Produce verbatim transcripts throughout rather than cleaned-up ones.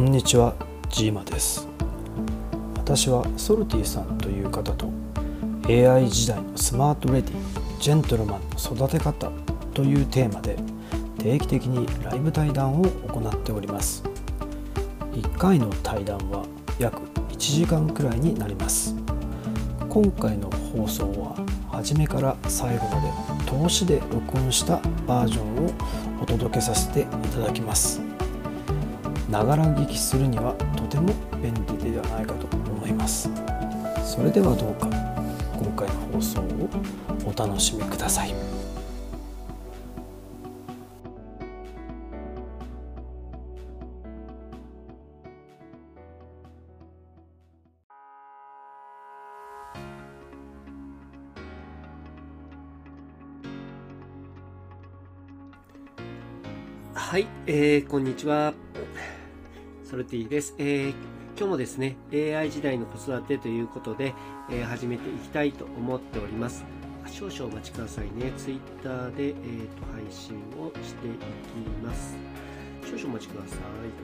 んにちは、ジーマです。私はソルティさんという方と エーアイ 時代のスマートレディ、ジェントルマンの育て方というテーマで定期的にライブ対談を行っております。いっかいの対談は約いちじかんくらいになります。今回の放送は初めから最後まで通しで録音したバージョンをお届けさせていただきます。ながら聞きするにはとても便利ではないかと思います。それではどうか今回の放送をお楽しみください。 はい、えー、こんにちは。ソルティです。えー、今日もですね、エーアイ 時代の子育てということで、えー、始めていきたいと思っております。少々お待ちくださいね。ツイッターで、えー、と配信をしていきます。少々お待ちください。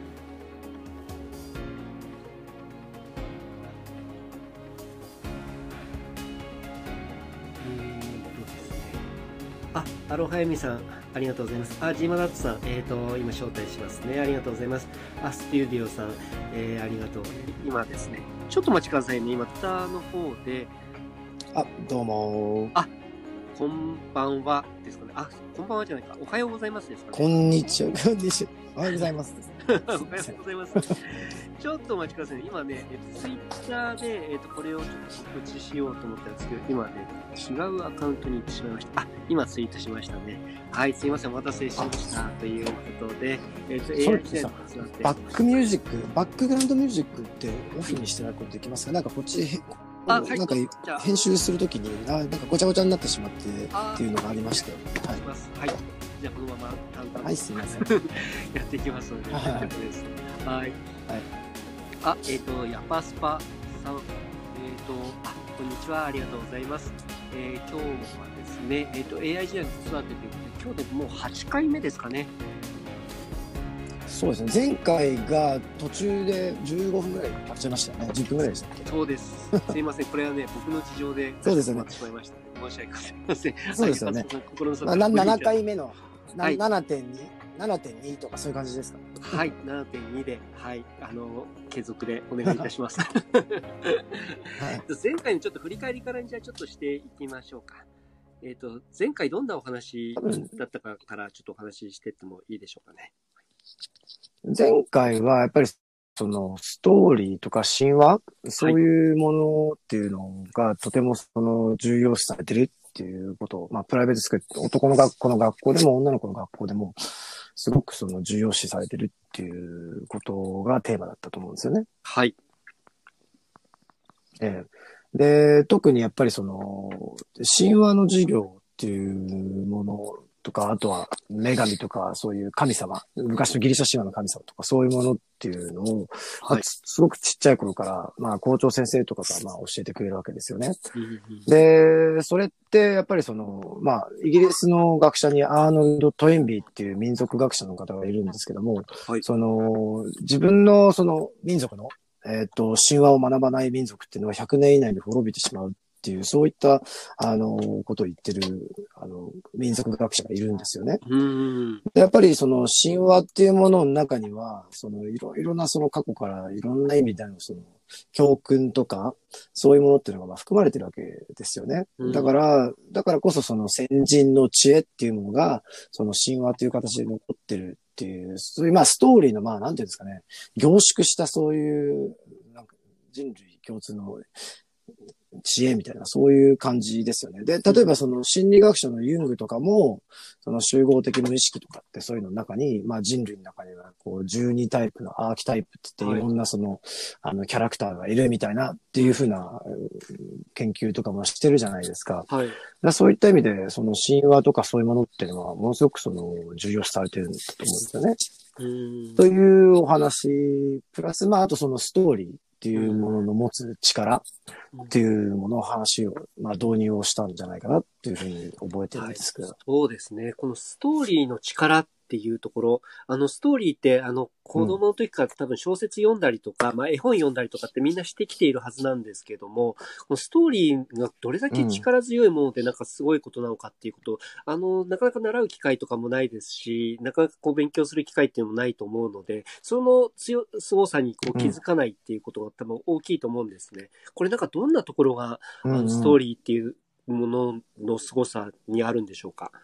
あ、アロハヤミさん、ありがとうございます。あ、ジーマダットさん、えっ、ー、と、今招待しますね。ありがとうございます。あ、ステューディオさん、えー、ありがとう。今ですね、ちょっとお待ちくださいね。今、ツターの方で、 あ、どうも。 あ、こんばんはですかね。あ、こんばんはじゃないか。おはようございますですかね。 こんにちは。こんにちは。おはようございます。 おはようございます。ちょっとお待ちくださいね。今ね、えっと、ツイッターで、えっと、これをちょっと告知しようと思ったんですけど、今ね、違うアカウントに行ってしまいました。あ、今ツイートしましたね。はい、すいません。お待たせしました。ということで、えっと、エーアイ 時代の子育て。 バックミュージック、バックグラウンドミュージックってオフにしてないことできますか？なんかこっち、 あ、 なんか編集するときに、あ、なんかごちゃごちゃになってしまってっていうのがありまして。 はい。はい。じゃあこのまま淡々と、 はい、すみません。 やっていきますので、 はい、 大丈夫です。はい。はい。あ、えっ、ー、と、ヤパスパさん、えっ、ー、と、あ、こんにちは、ありがとうございます。えー、今日はですね、えっ、ー、と、エーアイ 時代の子育てということで、今日でもうはちかいめですかね。 そうですね、前回が途中でじゅうごふんぐらい経っちゃいましたよね。じゅっぷんぐらいでしたっけ？ そうです。すいません、これはね、僕の事情で、 そうですよね。 しまいました。申し訳ございません。 そうですよね。まあ、ななかいめの、はい、ななてんに、ななてんに とかそういう感じですか？ はい、ななてんに で、はい、あの、継続でお願いいたします。はい、前回のちょっと振り返りからじゃあちょっとしていきましょうか。えっ、ー、と、前回どんなお話だったかからちょっとお話ししていってもいいでしょうかね。 前回はやっぱりそのストーリーとか神話、そういうものっていうのがとてもその重要視されてるっていうことを、まあプライベートスクール、男の学校の学校でも女の子の学校でもすごくその重要視されてるっていうことがテーマだったと思うんですよね。 はい。 ええ、で、特にやっぱりその神話の授業っていうものとか、あとは女神とかそういう神様、昔のギリシャ神話の神様とかそういうものっていうのを、はい、すごくちっちゃい頃から、まあ校長先生とかがまあ教えてくれるわけですよね。で、それってやっぱりその、まあイギリスの学者にアーノルド・トインビーっていう民族学者の方がいるんですけども、はい、その自分のその民族のえっと、神話を学ばない民族っていうのはひゃくねん以内に滅びてしまうっていう、そういった、あの、ことを言ってる、あの、民族学者がいるんですよね。 うんやっぱりその神話っていうものの中には、そのいろいろなその過去からいろんな意味でのその教訓とか、そういうものっていうのがまあ含まれてるわけですよね。だから、だからこそその先人の知恵っていうものが、その神話という形で残ってるっていう、そういうまあストーリーのまあなんていうんですかね、凝縮したそういう、なんか人類共通の知恵みたいな、そういう感じですよね。で、例えばその心理学者のユングとかも、その集合的無意識とかってそういうの中に、まあ人類の中にはこうじゅうにタイプのアーキタイプって言っていろんなその、はい、あのキャラクターがいるみたいなっていうふうな研究とかもしてるじゃないですか。 はい。 だそういった意味で、その神話とかそういうものっていうのはものすごくその重要視されてるんだと思うんですよね。 うんというお話、プラスまああとそのストーリー。っていうものの持つ力っていうものの話を、まあ導入をしたんじゃないかなっていうふうに覚えてるんですけど、はい。 そうですね。このストーリーの力っっていうところ、あの、ストーリーって、あの、子供の時から多分小説読んだりとか、うん、まあ、絵本読んだりとかってみんなしてきているはずなんですけども、このストーリーがどれだけ力強いものでなんかすごいことなのかっていうことを、うん、あの、なかなか習う機会とかもないですし、なかなかこう勉強する機会っていうのもないと思うので、その強、凄さにこう気づかないっていうことが多分大きいと思うんですね。これなんかどんなところが、あの、ストーリーっていうものの凄さにあるんでしょうか？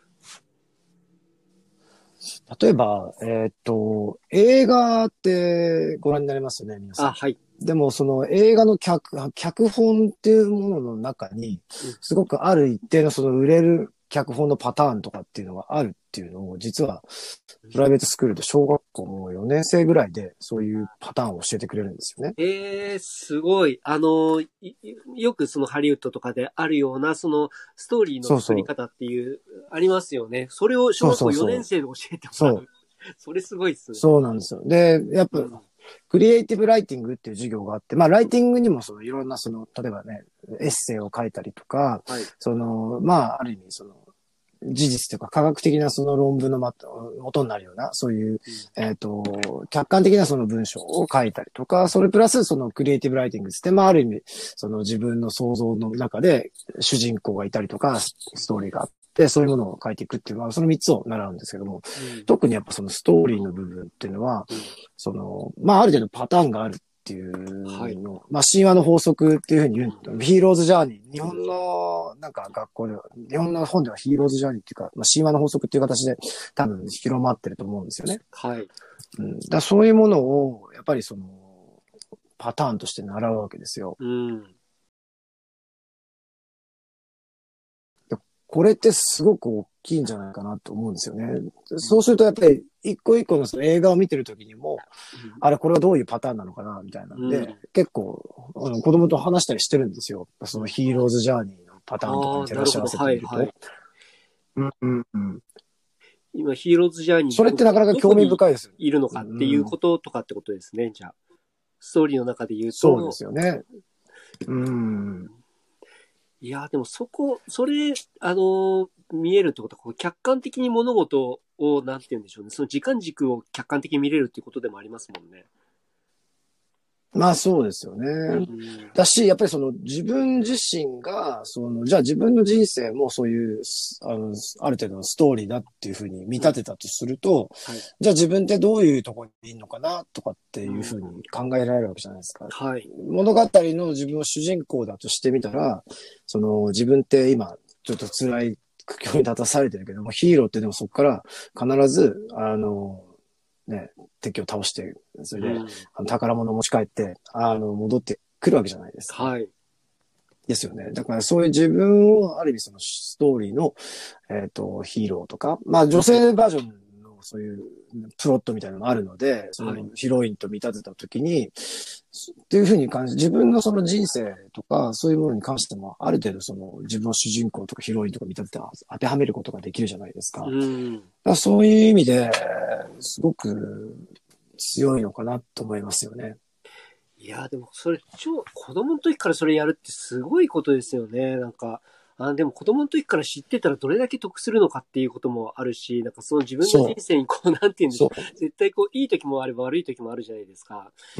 例えば、えーっと、映画ってご覧になりますよね、皆さん。 あ、はい。 でも、その映画の脚、脚本っていうものの中に、すごくある一定のその売れる脚本のパターンとかっていうのがあるっていうのを、実は、プライベートスクールで小学校のよねん生ぐらいで、そういうパターンを教えてくれるんですよね。 ええー、すごい。あの、よくそのハリウッドとかであるような、そのストーリーの作り方っていう、ありますよね。それを小学校よねん生で教えてもらう。そうそうそう。それすごいっすね。 そうなんですよ。で、やっぱ、うん、クリエイティブライティングっていう授業があって、まあ、ライティングにもそのいろんなその、例えばね、エッセイを書いたりとか、はい、その、まあ、ある意味その、事実というか科学的なその論文の元になるような、そういう、うん、えっと、客観的なその文章を書いたりとか、それプラスそのクリエイティブライティングって、まあある意味、その自分の想像の中で主人公がいたりとか、ストーリーがあって、そういうものを書いていくっていうのは、そのみっつを習うんですけども、うん、特にやっぱそのストーリーの部分っていうのは、うん、その、まあある程度パターンがあるっていうの、はい、まあ神話の法則っていうふうに言うと、ヒーローズジャーニー、日本のなんか学校では、日本の本ではヒーローズジャーニーっていうか、まあ、神話の法則っていう形で多分広まってると思うんですよね。 はい。 うん、だそういうものを、やっぱりその、パターンとして習うわけですよ。 うん。 これってすごく大きいんじゃないかなと思うんですよね。そうするとやっぱり一個一個のその映画を見てるときにも、うん、あれこれはどういうパターンなのかなみたいなんで、うん、結構あの子供と話したりしてるんですよ。そのヒーローズジャーニーのパターンとかに照らし合わせてみると。はいはい、うんうんうん。 今ヒーローズジャーニーそれってなかなか興味深いですよね。 いるのかっていうこととかってことですね、うん、じゃあ。ストーリーの中で言うと。 そうですよね。うん。 いや、でもそこ、それ、あの、見えるってことは、こう客観的に物事を、なんて言うんでしょうね。その時間軸を客観的に見れるっていうことでもありますもんね。 まあそうですよね。うん、だし、やっぱりその自分自身が、その、じゃあ自分の人生もそういう、あの、ある程度のストーリーだっていうふうに見立てたとすると、うんはい、じゃあ自分ってどういうところにいるのかなとかっていうふうに考えられるわけじゃないですか。 はい、 物語の自分を主人公だとしてみたら、その自分って今ちょっと辛い苦境に立たされてるけども、ヒーローってでもそこから必ず、あの、ね、敵を倒して、それで、うん、あの宝物を持ち帰って、あの、戻ってくるわけじゃないですか。 はい。 ですよね。だからそういう自分を、ある意味そのストーリーの、えっと、ヒーローとか、まあ女性バージョンのそういうプロットみたいなのもあるので、そのヒロインと見立てたときに、っていうふうに感じ、自分のその人生とか、そういうものに関しても、ある程度その自分の主人公とかヒロインとか見立てて当てはめることができるじゃないですか。 うん、 だからそういう意味で、すごく強いのかなと思いますよね。 いや、でもそれ、超、子供の時からそれやるってすごいことですよね。なんか、あでも子供の時から知ってたらどれだけ得するのかっていうこともあるし、なんかその自分の人生にこう、なんていうんですか、絶対こう、いい時もあれば悪い時もあるじゃないですか。 うん。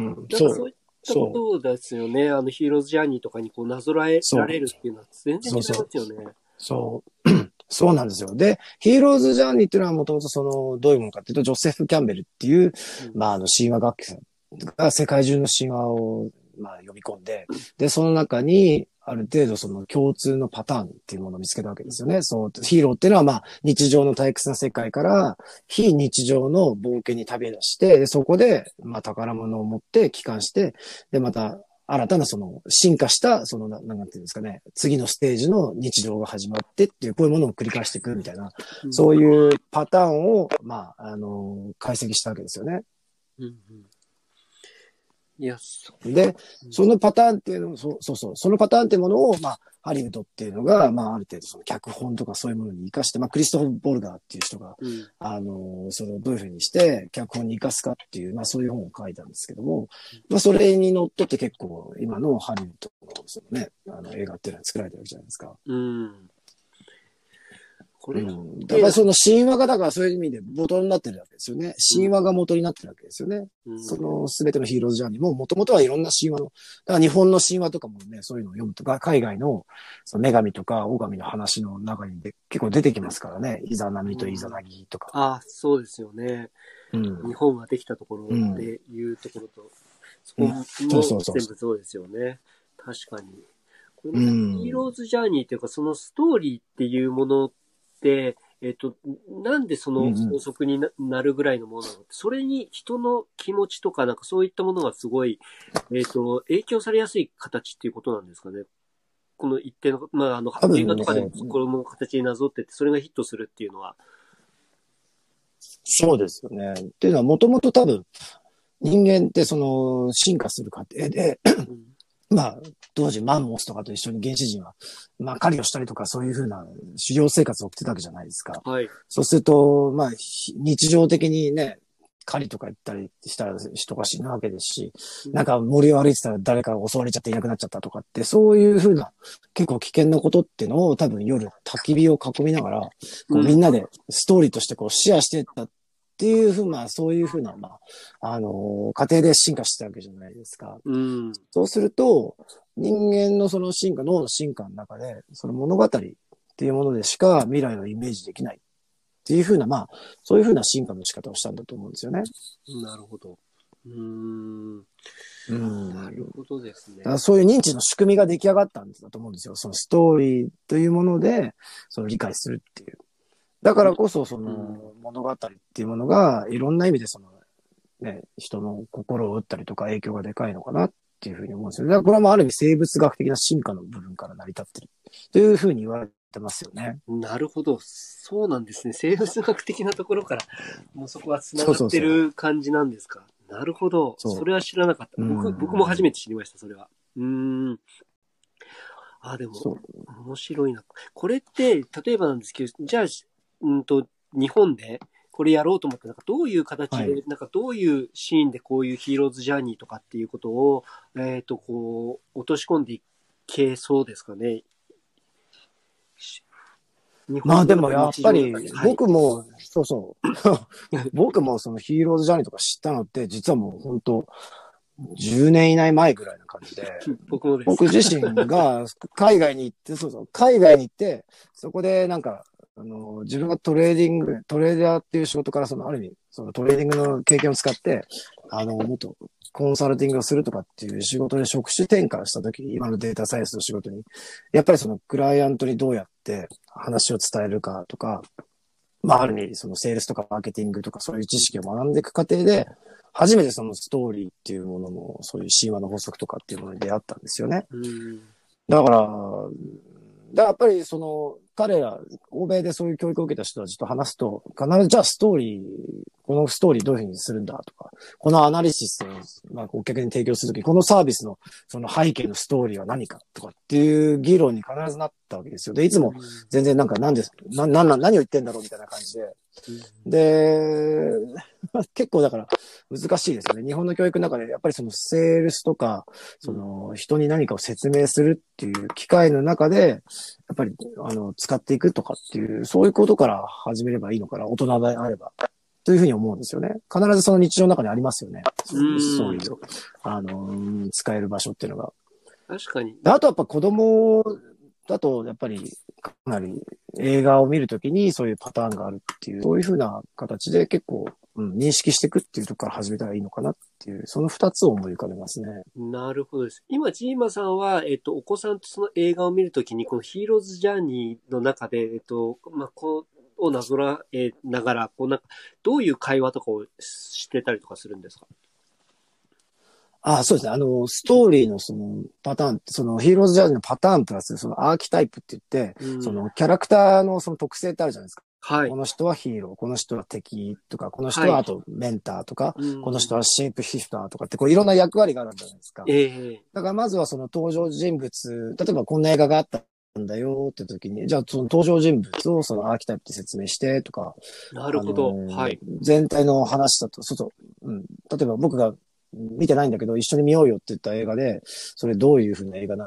なんかそういったことですよね。あのヒーローズジャーニーとかにこう、なぞらえられるっていうのは全然違いますよね。 そうそう。そうそうなんですよ。で、ヒーローズジャーニーっていうのはもともとその、どういうものかっていうと、ジョセフ・キャンベルっていう、うん、まあ、あの、神話学者が世界中の神話を、まあ、読み込んで、で、その中に、ある程度その共通のパターンっていうものを見つけたわけですよね。そう、ヒーローっていうのはまあ、日常の退屈な世界から、非日常の冒険に旅立して、でそこで、まあ、宝物を持って帰還して、で、また、新たなその進化したそのな、なんていうんですかね、次のステージの日常が始まってっていう、こういうものを繰り返していくみたいな、うん、そういうパターンを、まあ、あの、解析したわけですよね。 うんうん、いや、 で、そのパターンっていうのを、そうそうそう、そのパターンっていうものを、まあ、ハリウッドっていうのが、まあ、ある程度その脚本とかそういうものに活かして、まあ、クリストフ・ボルガーっていう人が、うん、あの、それをどういうふうにして脚本に活かすかっていう、まあ、そういう本を書いたんですけども、まあ、それにのっとって結構、今のハリウッドの、そのね、あの、映画っていうのは作られてるわけじゃないですか。 うん。 これ、 うん。だからその神話がだからそういう意味で元になってるわけですよね。神話が元になってるわけですよね。うん、そのすべてのヒーローズジャーニーももともとはいろんな神話の、だから日本の神話とかもね、そういうのを読むとか、海外のその女神とか狼の話の中にで結構出てきますからね。イザナミとイザナギとか。 うん、ああ、そうですよね。 うん、 日本ができたところでいうところと、うん、そこも全部そうですよね。確かに。このヒーローズジャーニーというか、そのストーリーっていうものって、えっと、なんでその法則に な,、うん、なるぐらいのものなのか、それに人の気持ちとか、なんかそういったものがすごい、えっと、影響されやすい形っていうことなんですかね。この一定の、まあ、あの、ね、映画とかでこの形になぞってて、それがヒットするっていうのは。 そうですよね。っていうのは、もともと多分、人間ってその、進化する過程で、うんまあ、当時マンモスとかと一緒に原始人は、まあ、狩りをしたりとかそういうふうな狩猟生活を送ってたわけじゃないですか。 はい。 そうすると、まあ、日常的にね、狩りとか行ったりしたら人が死ぬわけですし、うん、なんか森を歩いてたら誰かが襲われちゃっていなくなっちゃったとかって、そういうふうな結構危険なことっていうのを多分夜焚き火を囲みながら、こうみんなでストーリーとしてこうシェアしてったっていうふうな、そういうふうな、まあ、あのー、過程で進化してたわけじゃないですか。 うん、 そうすると、人間のその進化、脳の進化の中で、その物語っていうものでしか未来をイメージできないっていうふうな、まあ、そういうふうな進化の仕方をしたんだと思うんですよね。 なるほど。うーん。 うん、 なるほどですね。 だからそういう認知の仕組みが出来上がったんだと思うんですよ。そのストーリーというもので、その理解するっていう。だからこそ、その物語っていうものが、いろんな意味でその、ね、人の心を打ったりとか影響がでかいのかなっていうふうに思うんですよね。だからこれはもうある意味生物学的な進化の部分から成り立ってるというふうに言われてますよね。 なるほど。そうなんですね。生物学的なところから、もうそこは繋がってる感じなんですか。そうそうそうなるほど。それは知らなかった。僕、僕も初めて知りました、それは。うーん。あ、でも、面白いな。これって、例えばなんですけど、じゃあ、うんと、日本でこれやろうと思って、なんかどういう形で、はい、なんかどういうシーンでこういうヒーローズジャーニーとかっていうことを、えっと、こう、落とし込んでいけそうですかね。 まあでもやっぱり、僕も、はい、そうそう。僕もそのヒーローズジャーニーとか知ったのって、実はもう本当じゅうねん以内前ぐらいな感じで、 僕もです。 僕自身が海外に行って、そうそう、海外に行って、そこでなんか、あの、自分がトレーディング、トレーダーっていう仕事から、その、ある意味、そのトレーディングの経験を使って、あの、もっとコンサルティングをするとかっていう仕事で職種転換したときに、今のデータサイエンスの仕事に、やっぱりそのクライアントにどうやって話を伝えるかとか、まあ、ある意味、そのセールスとかマーケティングとかそういう知識を学んでいく過程で、初めてそのストーリーっていうものの、そういう神話の法則とかっていうものに出会ったんですよね。 うんだから、だからやっぱりその、彼ら、欧米でそういう教育を受けた人たちと話すと、必ずじゃあストーリー、このストーリーどういうふうにするんだとか、このアナリシスを、まあ、顧客に提供するとき、このサービスのその背景のストーリーは何かとかっていう議論に必ずなったわけですよ。で、いつも全然なんか何です、な、な、な、何を言ってんだろうみたいな感じで。で、結構だから難しいですよね。日本の教育の中でやっぱりそのセールスとか、その人に何かを説明するっていう機会の中で、やっぱりあの使っていくとかっていう、そういうことから始めればいいのかな、大人であれば。というふうに思うんですよね。必ずその日常の中にありますよね。そういう、あの、使える場所っていうのが。 確かに。 あとやっぱ子供だと、やっぱりかなり映画を見るときにそういうパターンがあるっていう、そういうふうな形で結構、うん、認識していくっていうところから始めたらいいのかなっていう、その二つを思い浮かべますね。 なるほどです。今、ジーマさんは、えっと、お子さんとその映画を見るときに、このヒーローズジャーニーの中で、えっと、まあ、こう、をなぞらえながら、こうなんか、どういう会話とかをしてたりとかするんですか？ ああ、そうですね。あの、ストーリーのそのパターン、そのヒーローズジャーニーのパターンプラス、そのアーキタイプって言って、うん、そのキャラクターのその特性ってあるじゃないですか。はい。この人はヒーロー、この人は敵とか、この人はあとメンターとか、はい、この人はシェイプシフターとかって、こういろんな役割があるんじゃないですか。ええー。だからまずはその登場人物、例えばこんな映画があったんだよって時に、じゃあその登場人物をそのアーキタイプで説明してとか。 なるほど。 あのー、 はい。 全体の話だと、そうそう、うん。例えば僕が見てないんだけど、一緒に見ようよって言った映画で、それどういう風な映画なのっ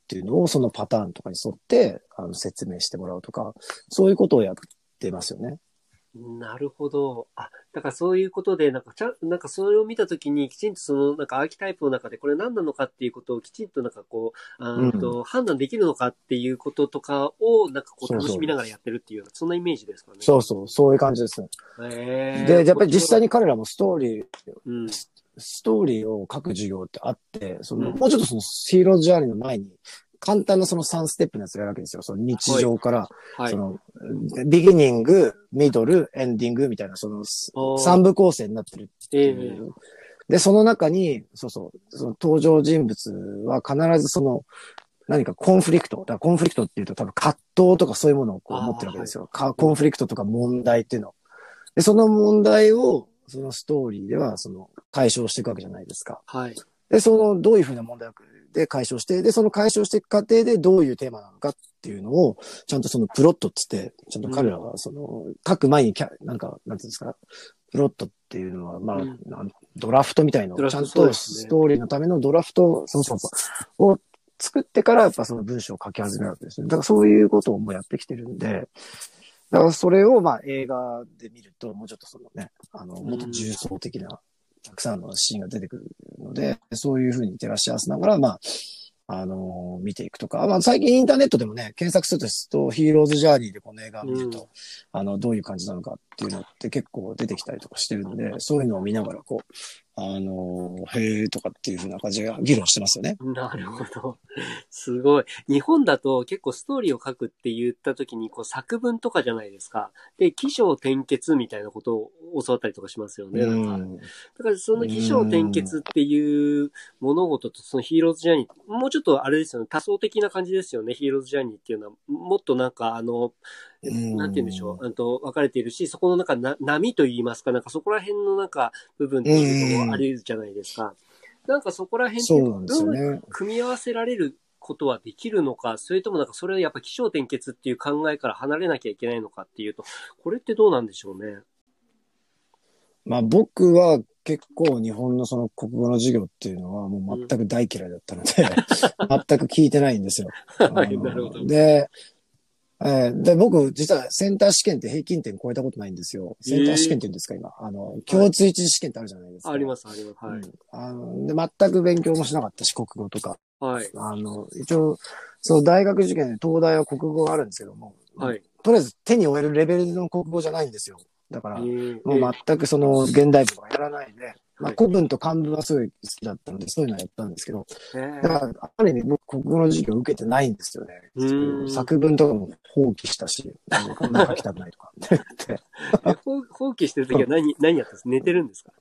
っていうのをそのパターンとかに沿ってあの説明してもらうとか、そういうことをやってますよね。 なるほど。あ、だからそういうことで、なんかちゃん、なんかそれを見たときに、きちんとその、なんかアーキタイプの中でこれ何なのかっていうことをきちんとなんかこう、あーと、判断できるのかっていうこととかを、なんかこう楽しみながらやってるっていうような、そんなイメージですかね。 そうそう、そういう感じですね。 へーで、やっぱり実際に彼らもストーリー、 うん、 ストーリーを書く授業ってあって、その、 うんもうちょっとそのヒーローズジャーニーの前に、簡単なそのさんステップのやつがあるわけですよ。その日常から、 はい、 その、ビギニング、ミドル、エンディングみたいな、その三部構成になってるっていう。えー、で、その中に、そうそう、その登場人物は必ずその、何かコンフリクト。だからコンフリクトっていうと多分葛藤とかそういうものをこう持ってるわけですよ。はい、コンフリクトとか問題っていうの。で、その問題を、そのストーリーでは、その、解消していくわけじゃないですか。 はい。 で、その、どういうふうな問題で解消して、で、その解消していく過程でどういうテーマなのかっていうのを、ちゃんとそのプロットっつって、ちゃんと彼らは、その、書く前にキャ、なんか、なんていうんですか、プロットっていうのは、まあ、うん、ドラフトみたいのを、ちゃんとストーリーのためのドラフト、そうそうそう、を作ってから、やっぱその文章を書き始めるわけですね。だからそういうことをもうやってきてるんで、だからそれをまあ映画で見ると、もうちょっとそのね、あの、もっと重層的な、たくさんのシーンが出てくるので、そういうふうに照らし合わせながら、まあ、あのー、見ていくとか、まあ最近インターネットでもね、検索するとヒーローズジャーニーでこの映画を見ると、うん、あの、どういう感じなのかっていうのって結構出てきたりとかしてるんで、そういうのを見ながらこう、あのー、へーとかっていうふうな感じで議論してますよね。 なるほど。すごい。日本だと結構ストーリーを書くって言った時にこう作文とかじゃないですか。で、起承転結みたいなことを教わったりとかしますよね。なんか。だからその起承転結っていう物事とそのヒーローズジャーニー、もうちょっとあれですよね。多層的な感じですよね。ヒーローズジャーニーっていうのは。もっとなんかあの、なんて言うんでしょう。あと分かれているし、そこの中な波と言いますか、なんかそこら辺のなんか部分っていうのもあるじゃないですか。なんかそこら辺ってどう組み合わせられることはできるのか、それともなんかそれはやっぱ起承転結っていう考えから離れなきゃいけないのかっていうと、これってどうなんでしょうね。 まあ僕は結構日本のその国語の授業っていうのはもう全く大嫌いだったので、うん、全く聞いてないんですよ。 はい、なるほど。 で、えー、で、僕、実はセンター試験って平均点超えたことないんですよ。センター試験って言うんですか、今。あの、共通一次試験ってあるじゃないですか。 はい、あります、あります。はい、 うん。あの、で、全く勉強もしなかったし、国語とか。 はい。 あの、一応、その大学受験で東大は国語があるんですけども、 はい。 とりあえず手に負えるレベルの国語じゃないんですよ。だから、もう全くその現代文とかやらないで、まあ、古文と漢文はすごい好きだったので、そういうのはやったんですけど、だから、ある意味僕、国語の授業を受けてないんですよね。作文とかも放棄したし、こんな書きたくないとかって言って。放棄してるときは何、何やったんですか？寝てるんですか？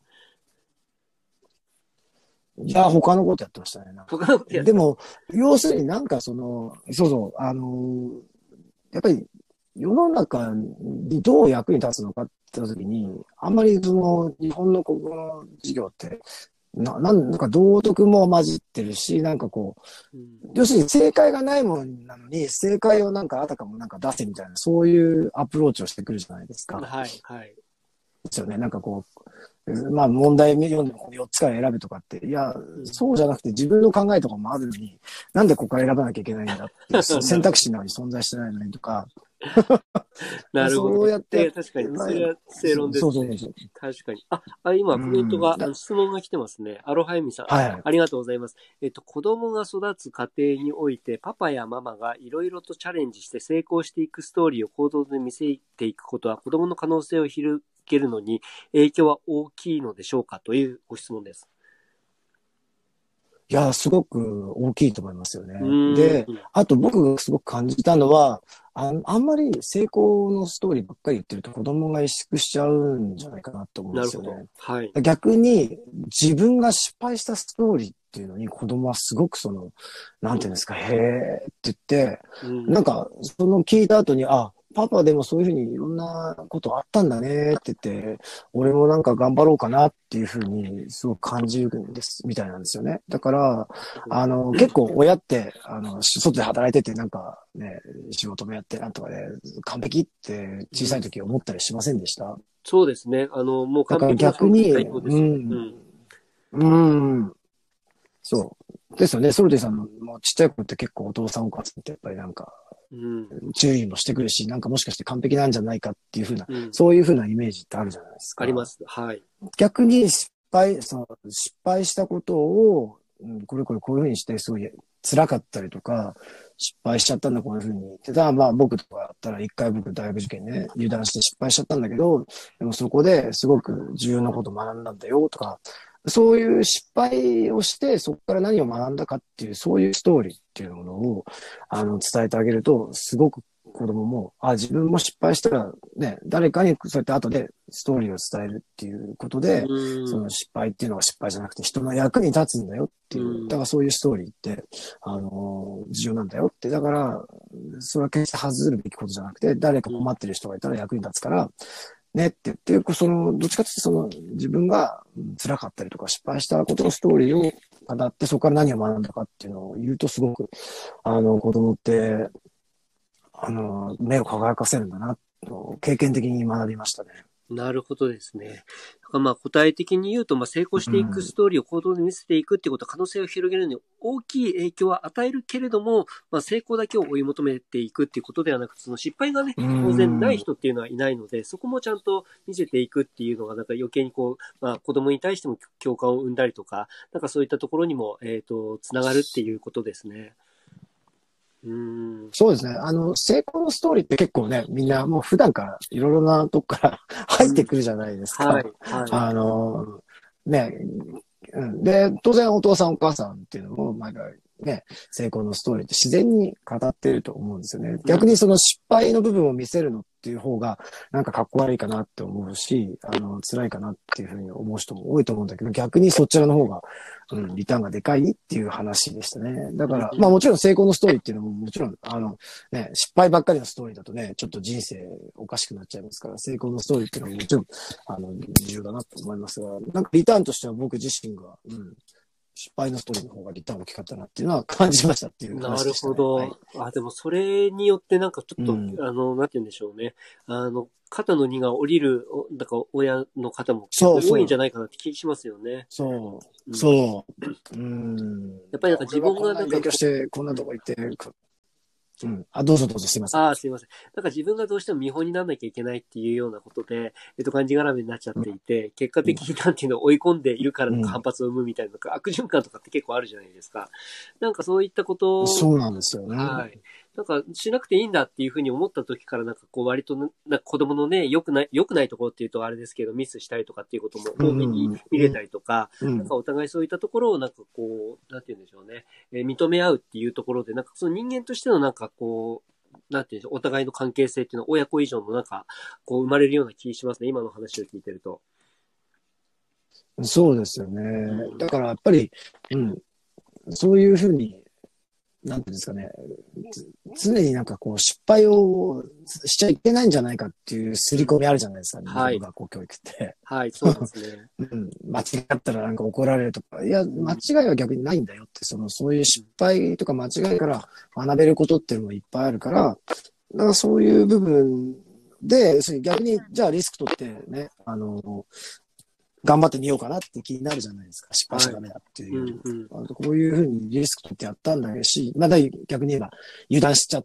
いや、他のことやってましたね。 他のことやってでも、要するになんかその、そうそう、あのー、やっぱり世の中にどう役に立つのかって言ったときに、あんまりその日本の国語の授業って、な、なんか道徳も混じってるし、なんかこう、うん、要するに正解がないものなのに、正解をなんかあたかもなんか出せみたいな、そういうアプローチをしてくるじゃないですか。 はい、はい。 ですよね。なんかこう、まあ問題読んでもよっつから選べとかって、いや、そうじゃなくて自分の考えとかもあるのに、なんでここから選ばなきゃいけないんだって、選択肢の中に存在してないのにとか。 なるほど。 そうやって。 確かに、それは正論です、ね。そうそうそう。確かに。あ、あ今、コメントが、あの質問が来てますね。アロハエミさん、はい。ありがとうございます。えっと、子供が育つ過程において、パパやママがいろいろとチャレンジして成功していくストーリーを行動で見せていくことは、子供の可能性を広げるのに影響は大きいのでしょうかというご質問です。 いや、すごく大きいと思いますよね。で、あと僕がすごく感じたのは、あ, あんまり成功のストーリーばっかり言ってると子供が萎縮しちゃうんじゃないかなと思うんですよね。 はい、 逆に自分が失敗したストーリーっていうのに子供はすごくその、なんていうんですか、へーって言って、うん、なんかその聞いた後に、あ、パパでもそういうふうにいろんなことあったんだねって言って、俺もなんか頑張ろうかなっていうふうにすごく感じるんです、みたいなんですよね。だから、あの、結構親って、あの、外で働いててなんかね、仕事もやってなんとかで、完璧って小さい時思ったりしませんでした？うん、 そうですね。あの、もう完璧な逆に、うん、うん。 そう。ですよね。ソルティさんももうちっちゃい頃って結構お父さんお母さんってやっぱりなんか、 うん。 注意もしてくるし、なんかもしかして完璧なんじゃないかっていうふうな、 うん。 そういうふうなイメージってあるじゃないですか。 あります。はい。 逆に失敗、その失敗したことを、うん、これこれこういうふうにして、すごい辛かったりとか、失敗しちゃったんだ、こういうふうに。ただ、まあ僕とかだったら一回僕大学受験ね、油断して失敗しちゃったんだけど、でもそこですごく重要なことを学んだんだよとか、そういう失敗をして、そこから何を学んだかっていう、そういうストーリーっていうものを、あの、伝えてあげると、すごく子供も、あ、自分も失敗したら、ね、誰かにそうやって後でストーリーを伝えるっていうことで、 うん。 その失敗っていうのは失敗じゃなくて人の役に立つんだよっていう、だうん。 からそういうストーリーって、あの、重要なんだよって、だから、それは決して外るべきことじゃなくて、誰か困ってる人がいたら役に立つから、ねって言って、その、どっちかっていうと、その、自分が辛かったりとか失敗したことのストーリーを語って、そこから何を学んだかっていうのを言うと、すごく、あの、子供って、あの、目を輝かせるんだな、と経験的に学びましたね。 なるほどですね。だからまあ具体的に言うと、まあ成功していくスうん、 トーリーを行動で見せていくっていうことは可能性を広げるのに大きい影響は与えるけれども、まあ成功だけを追い求めていくっていうことではなく、その失敗がね、 う当然ないん、 人っていうのはいないので、そこもちゃんと見せていくっていうのが、なんか余計にこう、まあ子供に対しても共感を生んだりとか、なんかそういったところにも、えっと、つながるっていうことですね。うん。 そうですね。あの、成功のストーリーって結構ね、みんなもう普段からいろいろなとこから入ってくるじゃないですか。 はい、はい。 あの、ね、うん。で、当然お父さんお母さんっていうのも、毎回ね、成功のストーリーって自然に語っていると思うんですよね。逆にその失敗の部分を見せるのっていう方が、なんかかっこ悪いかなって思うし、あの、辛いかなっていうふうに思う人も多いと思うんだけど、逆にそちらの方が、うん、リターンがでかいっていう話でしたね。だから、まあもちろん成功のストーリーっていうのももちろん、あの、ね、失敗ばっかりのストーリーだとね、ちょっと人生おかしくなっちゃいますから、成功のストーリーっていうのももちろん、あの、重要だなと思いますが、なんかリターンとしては僕自身が、うん、失敗のストーリーの方がリターン大きかったなっていうのは感じましたっていうなる話でしたね。はい。 ほど。あ、でもそれによってなんかちょっと、 うん。 あの、なんて言うんでしょうね。あの、肩の荷が下りる、おだから親の方も結構多いんじゃそうそう。 ないかなって気しますよね。 そう。 うん。 そう。うん。 やっぱりなんか自俺はこんな分がなんかに勉強して、こんなとこ行って、うん。あ、どうぞどうぞすいません。 ああ、すいません。なんか自分がどうしても見本にならなきゃいけないっていうようなことで、えっと、がんじがらめになっちゃっていて、結果的になんていうのを追い込んでいるからなんか反うん。 発を生むみたいな、なんか悪循環とかって結構あるじゃないですか。なんかそういったことそうなんですよね。 はい。なんか、しなくていいんだっていうふうに思った時から、なんかこう、割とな、なんか子供のね、良くない、良くないところっていうとあれですけど、ミスしたりとかっていうこともう多めにん。 見れたりとか、 うん。 なんかお互いそういったところをなんかこう、なんて言うんでしょうね、えー認め合うっていうところで、なんかその人間としてのなんかこう、なんていうんでしょう、お互いの関係性っていうのは親子以上のなんか、こう生まれるような気しますね、今の話を聞いてると。 そうですようね。だん。 からやっぱり、うん。そういうふうに、なんていうんですかね。つ常になんかこう失敗をしちゃいけないんじゃないかっていう刷り込みあるじゃないですか、日はい。 本の学校教育って。 はい、そうですね。 うん、間違ったらなんか怒られるとか。いや、間違いは逆にないんだよって、その、そういう失敗とか間違いから学べることっていうのもいっぱいあるから、だからそういう部分で、それ逆に、じゃあリスク取ってね、あの、頑張ってみようかなって気になるじゃないですか。失敗しちゃはい。 ダメだっていううよりも。 ん、うん。 あとこういうふうにリスク取ってやったんだし、まだ逆に言えば油断しちゃって、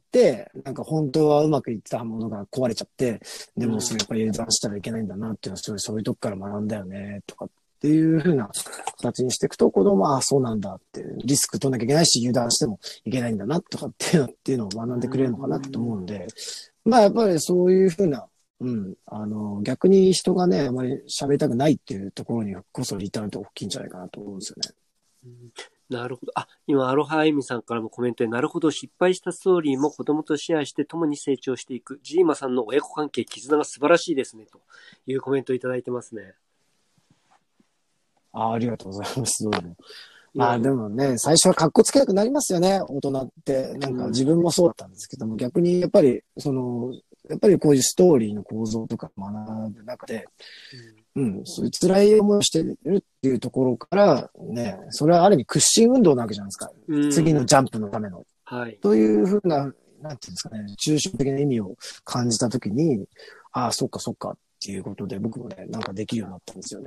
なんか本当はうまくいってたものが壊れちゃって、でもそれやっぱり油断したらいけないんだなっていうのは、そういうそういうとこから学んだよね、とかっていうふうな形にしていくと、子供は、ああ、そうなんだって、リスク取んなきゃいけないし、油断してもいけないんだな、とかっていうのっていうのを学んでくれるのかなと思うんで、まあやっぱりそういうふうなうん。あの、逆に人がね、あまり喋りたくないっていうところにこそリターンって大きいんじゃないかなと思うんですよね。 うん。なるほど。あ、今、アロハエミさんからもコメントで、なるほど、失敗したストーリーも子供とシェアして共に成長していく。ジーマさんの親子関係、絆が素晴らしいですね。というコメントをいただいてますね。 ああ、ありがとうございます。どうも。まあいやいや。 でもね、最初は格好つけたくなりますよね、大人って。なんかうん。 自分もそうだったんですけども、逆にやっぱり、その、やっぱりこういうストーリーの構造とか学ぶ中で、うん、そういう辛い思いをしてるっていうところから、ね、それはある意味屈伸運動なわけじゃないですか。 うん。 次のジャンプのための。 はい。 というふうな、なんていうんですかね、抽象的な意味を感じたときに、ああ、そっかそっかっていうことで、僕もね、なんかできるようになったんですよね。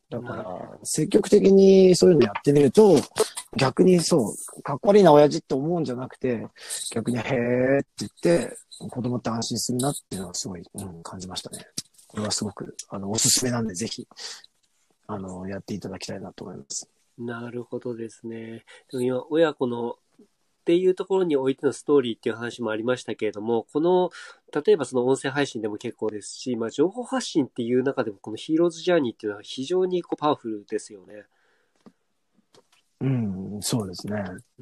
だから、積極的にそういうのやってみると、逆にそう、かっこ悪いな親父って思うんじゃなくて、逆にへーって言って、子供って安心するなっていうのはすごい、うん、感じましたね。これはすごく、あの、おすすめなんで、ぜひ、あの、やっていただきたいなと思います。 なるほどですね。でも今、親子のっていうところにおいてのストーリーっていう話もありましたけれども、この、例えばその音声配信でも結構ですし、まあ情報発信っていう中でもこのヒーローズジャーニーっていうのは非常にこうパワフルですよね。 うん、そうですね。 うん。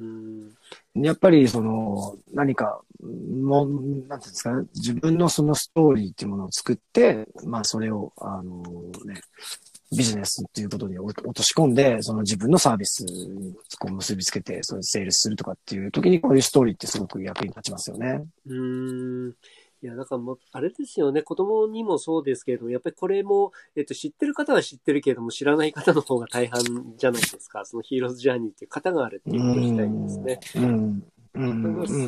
やっぱり、その、何か、もう、なんていうんですかね、自分のそのストーリーっていうものを作って、まあ、それを、あのね、ビジネスっていうことに落とし込んで、その自分のサービスにこう結びつけて、それセールスするとかっていう時に、こういうストーリーってすごく役に立ちますよね。 うーん。いや、だからもう、あれですよね。子供にもそうですけれども、やっぱりこれも、えっと、知ってる方は知ってるけれども、知らない方の方が大半じゃないですか。そのヒーローズジャーニーっていう型があるっていうこと自体にですね。 うん。うん。うん。 まあうん。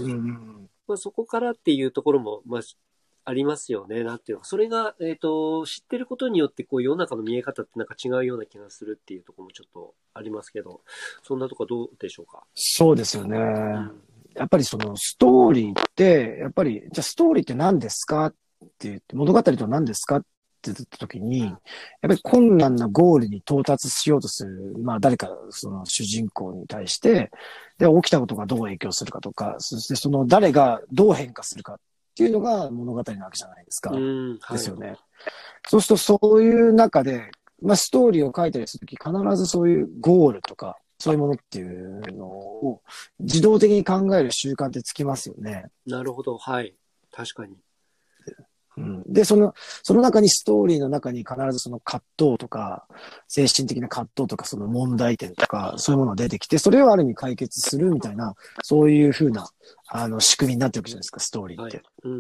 まあ、そこからっていうところも、まあ、ありますよね。なんていうか、それが、えっと、知ってることによって、こう、世の中の見え方ってなんか違うような気がするっていうところもちょっとありますけど、そんなとこどうでしょうか。 そうですよね。 うん、 やっぱりそのストーリーって、やっぱり、じゃあストーリーって何ですかって言って、物語とは何ですかって言った時に、やっぱり困難なゴールに到達しようとする、まあ誰か、その主人公に対して、で、起きたことがどう影響するかとか、そしてその誰がどう変化するかっていうのが物語なわけじゃないですか。 うん、はい。 ですよね。そうするとそういう中で、まあストーリーを書いたりするとき、必ずそういうゴールとか、そういうものっていうのを自動的に考える習慣ってつきますよね。 なるほど、はい。確かに。 うん、で、その、その中にストーリーの中に必ずその葛藤とか、精神的な葛藤とか、その問題点とか、そういうものが出てきて、それをある意味解決するみたいな、そういうふうな、あの、仕組みになってるわけじゃないですか、ストーリーって。 はい。うん。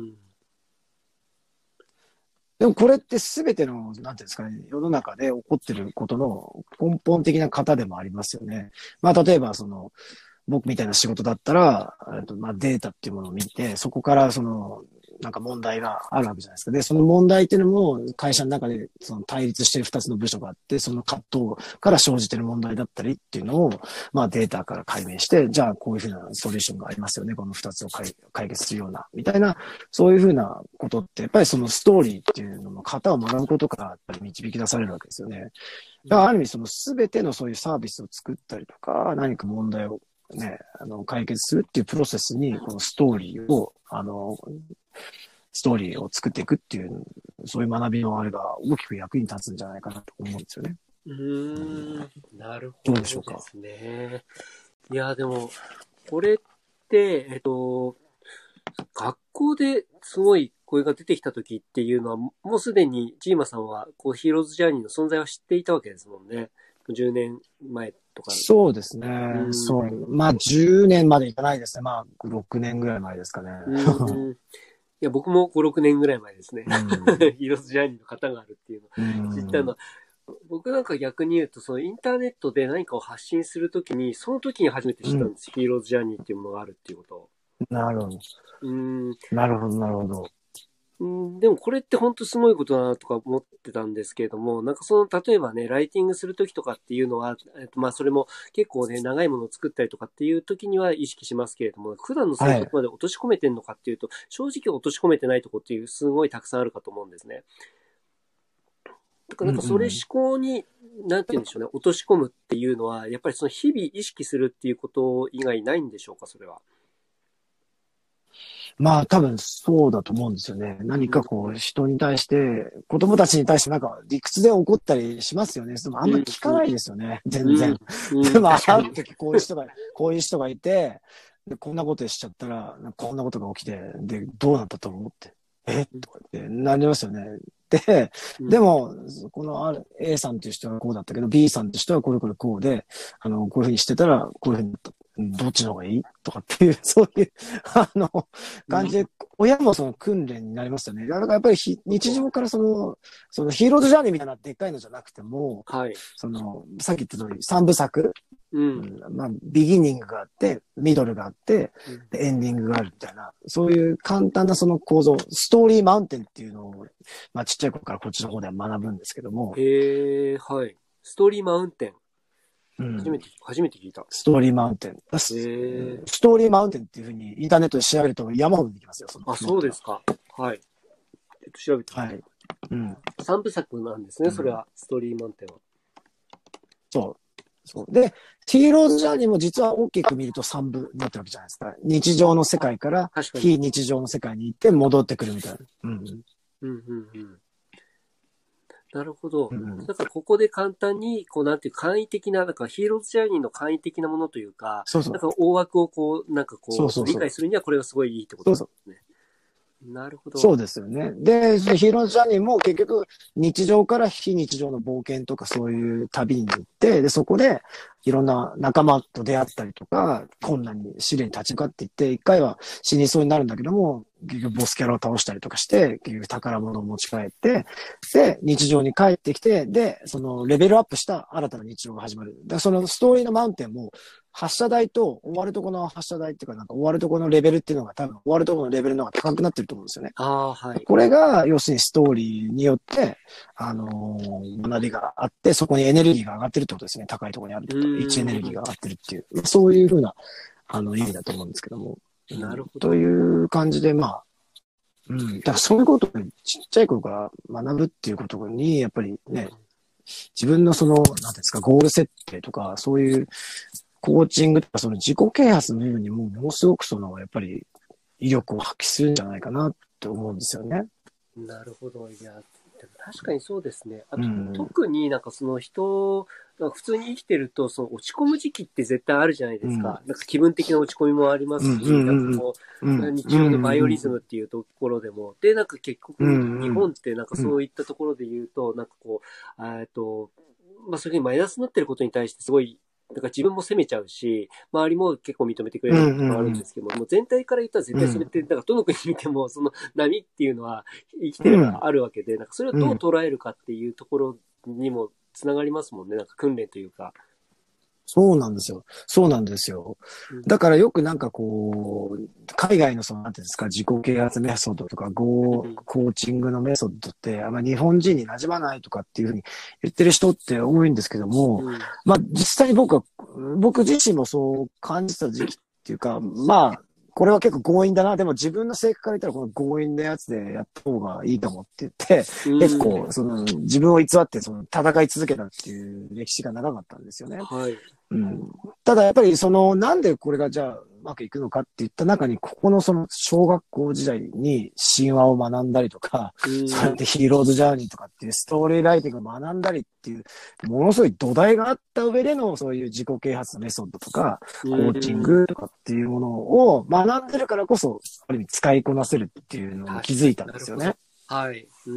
でもこれって全ての、なんていうんですかね、世の中で起こってることの根本的な型でもありますよね。まあ、例えば、その、僕みたいな仕事だったら、えっとまあ、データっていうものを見て、そこからその、なんか問題があるわけじゃないですか。で、その問題っていうのも会社の中でその対立している二つの部署があって、その葛藤から生じている問題だったりっていうのを、まあデータから解明して、じゃあこういうふうなソリューションがありますよね。この二つを解決するような、みたいな、そういうふうなことって、やっぱりそのストーリーっていうのの型を学ぶことからやっぱり導き出されるわけですよね。だからある意味その全てのそういうサービスを作ったりとか、何か問題をね、あの、解決するっていうプロセスに、このストーリーを、あの、ストーリーを作っていくっていう、そういう学びのあれが大きく役に立つんじゃないかなと思うんですよね。 うーん、なるほどですね。 どうでしょうか。 いや、でも、これって、えっと、学校ですごい声が出てきた時っていうのは、もうすでにジーマさんは、こう、ヒーローズジャーニーの存在は知っていたわけですもんね。じゅうねんまえとか。 そうですね。 うん、 そう。まあ、じゅうねんまでいかないですね。まあ、ろくねんぐらい前ですかね。 うん、いや、僕もご、ろくねんぐらい前ですね。うん、ヒーローズジャーニーの方があるっていうのを知ったのは、僕なんか逆に言うと、そのインターネットで何かを発信するときに、その時に初めて知ったんです。うん、ヒーローズジャーニーっていうものがあるっていうことを。 なるほど。 うん。 なるほど、なるほど。 うん、でもこれって本当すごいことだなとか思ってたんですけれども、なんかその、例えばね、ライティングするときとかっていうのは、えっと、まあそれも結構ね、長いものを作ったりとかっていうときには意識しますけれども、普段の生活まで落とし込めてんのかっていうと、はい、正直落とし込めてないとこっていうすごいたくさんあるかと思うんですね。だからなんかそれ思考に、うんうん、なんて言うんでしょうね、落とし込むっていうのは、やっぱりその日々意識するっていうこと以外ないんでしょうか、それは。 まあ多分そうだと思うんですよね。何かこう人に対して、子供たちに対してなんか理屈で怒ったりしますよね。でもあんま聞かないですよね。うん、全然。うんうん、でもある時こういう人が、こういう人がいて、でこんなことしちゃったら、こんなことが起きて、で、どうなったと思って。えとかってなりますよね。で、でも、この A さんっていう人はこうだったけど、B さんって人はこれこれこうで、あの、こういうふうにしてたら、こういうふうになった。どっちの方がいいとかっていう、そういう、あの、感じで、親もその訓練になりましたね。だからやっぱり日常からその、そのヒーローズジャーニーみたいなでっかいのじゃなくても、はい、その、さっき言った通り三部作、うん、まあ、ビギニングがあって、ミドルがあって、うん、エンディングがあるみたいな、そういう簡単なその構造、ストーリーマウンテンっていうのを、まあ、ちっちゃい頃からこっちの方では学ぶんですけども。 へー、はい。 ストーリーマウンテン。 うん、 初めて、初めて聞いた。 ストーリーマウンテン。 へー。 ストーリーマウンテンっていうふうにインターネットで調べると山ほどできますよ。そのあ、そうですか。はい。ちょっと調べてみて。 はい。うん。 三部作なんですね、それは、ストーリーマウンテンは。 そう。そうで、ヒーローズジャーニーも実は大きく見るとさん部になってるわけじゃないですか。日常の世界から非日常の世界に行って戻ってくるみたいな。うん。 うんうんうん。なるほど。 うん、 なんかここで簡単に、こうなんていう簡易的な、なんかヒーローズジャーニーの簡易的なものというか、 そうそう。 なんか大枠をこう、なんかこう、 そうそうそう理解するにはこれがすごいいいってことですね。そうそうなるほど。 そうですよね。で、ヒーローズジャーニーも結局日常から非日常の冒険とかそういう旅に行って、で、そこでいろんな仲間と出会ったりとか、困難に試練に立ち向かっていって、一回は死にそうになるんだけども、結局ボスキャラを倒したりとかして、結局宝物を持ち帰って、で、日常に帰ってきて、で、そのレベルアップした新たな日常が始まる。だからそのストーリーのマウンテンも、発射台と終わるとこの発射台っていうか、なんか終わるとこのレベルっていうのが多分終わるとこのレベルの方が高くなってると思うんですよね。 ああ、はい。 これが、要するにストーリーによって、あのー、学びがあって、そこにエネルギーが上がってるってことですね。高いところにあるってこと。位置エネルギーが上がってるっていう。そういうふうな、あの、意味だと思うんですけども。 なるほど。 という感じで、まあ、うん。だからそういうことをちっちゃい頃から学ぶっていうことに、やっぱりね、自分のその、なんていうんですか、ゴール設定とか、そういうコーチングとか、その自己啓発の部分にも、ものすごくその、やっぱり威力を発揮するんじゃないかなって思うんですよね。 なるほど。いや、でも確かにそうですね。あと、 うん、 特になんかその人、普通に生きてると、その落ち込む時期って絶対あるじゃないですか。うん、なんか気分的な落ち込みもありますし、うん、なんかこう、うん、日常のバイオリズムっていうところでも、で、なんか結局、日本ってなんかそういったところで言うと、なんかこう、えっと、まあ、そういうふうにマイナスになってることに対してすごい、だから自分も責めちゃうし、周りも結構認めてくれることもあるんですけども、うんうんうん、もう全体から言ったら絶対それって、なんかどの国見てもその波っていうのは生きてればあるわけで、なんかそれをどう捉えるかっていうところにもつながりますもんね、なんか訓練というか。 そうなんですよ。そうなんですよ。だからよくなんかこう、海外のその、なんていうんですか、自己啓発メソッドとか、ゴー、コーチングのメソッドって、あんま日本人に馴染まないとかっていうふうに言ってる人って多いんですけども、うん、まあ実際に僕は、僕自身もそう感じた時期っていうか、まあ、これは結構強引だな。でも自分の性格から言ったらこの強引なやつでやった方がいいかもって言って、うん、結構その自分を偽ってその戦い続けたっていう歴史が長かったんですよね。 はい。 うん、ただやっぱりそのなんでこれがじゃあうまくいくのかって言った中にここのその小学校時代に神話を学んだりとか、うん、そうやってヒーローズジャーニーとかっていうストーリーライティングを学んだりっていうものすごい土台があった上でのそういう自己啓発のメソッドとか、コーチングとかっていうものを学んでるからこそある意味使いこなせるっていうのに気づいたんですよね。 はい。うん。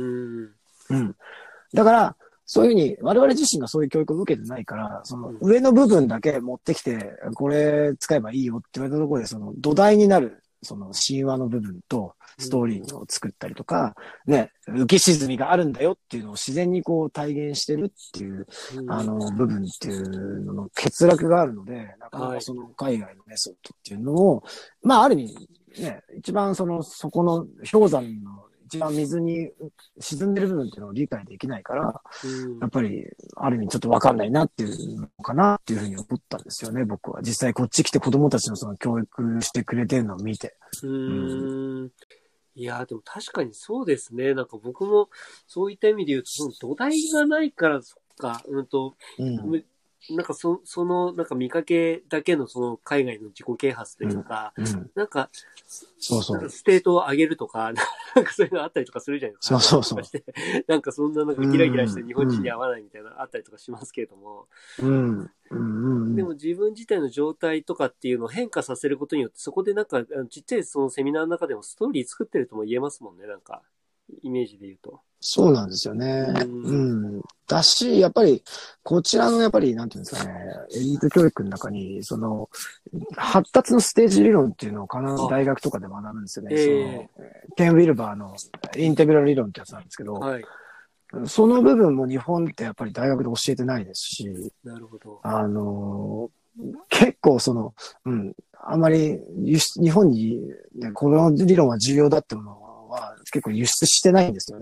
うん。だからそういうふうに、我々自身がそういう教育を受けてないから、その上の部分だけ持ってきて、これ使えばいいよって言われたところで、その土台になる、その神話の部分とストーリーを作ったりとか、ね、浮き沈みがあるんだよっていうのを自然にこう体現してるっていう、あの、部分っていうのの欠落があるので、なかなかその海外のメソッドっていうのを、まあある意味、ね、一番その、そこの氷山の一番水に沈んでる部分っていうのを理解できないから、うん、やっぱりある意味ちょっと分かんないなっていうのかなっていうふうに思ったんですよね、僕は。実際こっち来て子供たちのその教育してくれてるのを見て。 うーん、いや、でも確かにそうですね。なんか僕もそういった意味で言うと、その土台がないから、そっか、うんと、うんなんかそ、その、なんか見かけだけのその海外の自己啓発というか、うんうん、なんか、 そうそう。 ステートを上げるとか、なんかそういうのあったりとかするじゃないですか。 そうそうそう。 なんかそんななんかギラギラして日本人に合わないみたいなのあったりとかしますけれども、 うんうんうん、 でも自分自体の状態とかっていうのを変化させることによって、そこでなんか、ちっちゃいそのセミナーの中でもストーリー作ってるとも言えますもんね、なんか、イメージで言うと。 そうなんですよね。うん。うん、だし、やっぱり、こちらのやっぱり、なんていうんですかね、エリート教育の中に、その、発達のステージ理論っていうのを必ず大学とかで学ぶんですよね。えー、そのケン・ウィルバーのインテグラル理論ってやつなんですけど、はい、その部分も日本ってやっぱり大学で教えてないですし、 なるほど。 あの、結構その、うん、あんまり輸出、日本に、ね、この理論は重要だってものは結構輸出してないんですよね。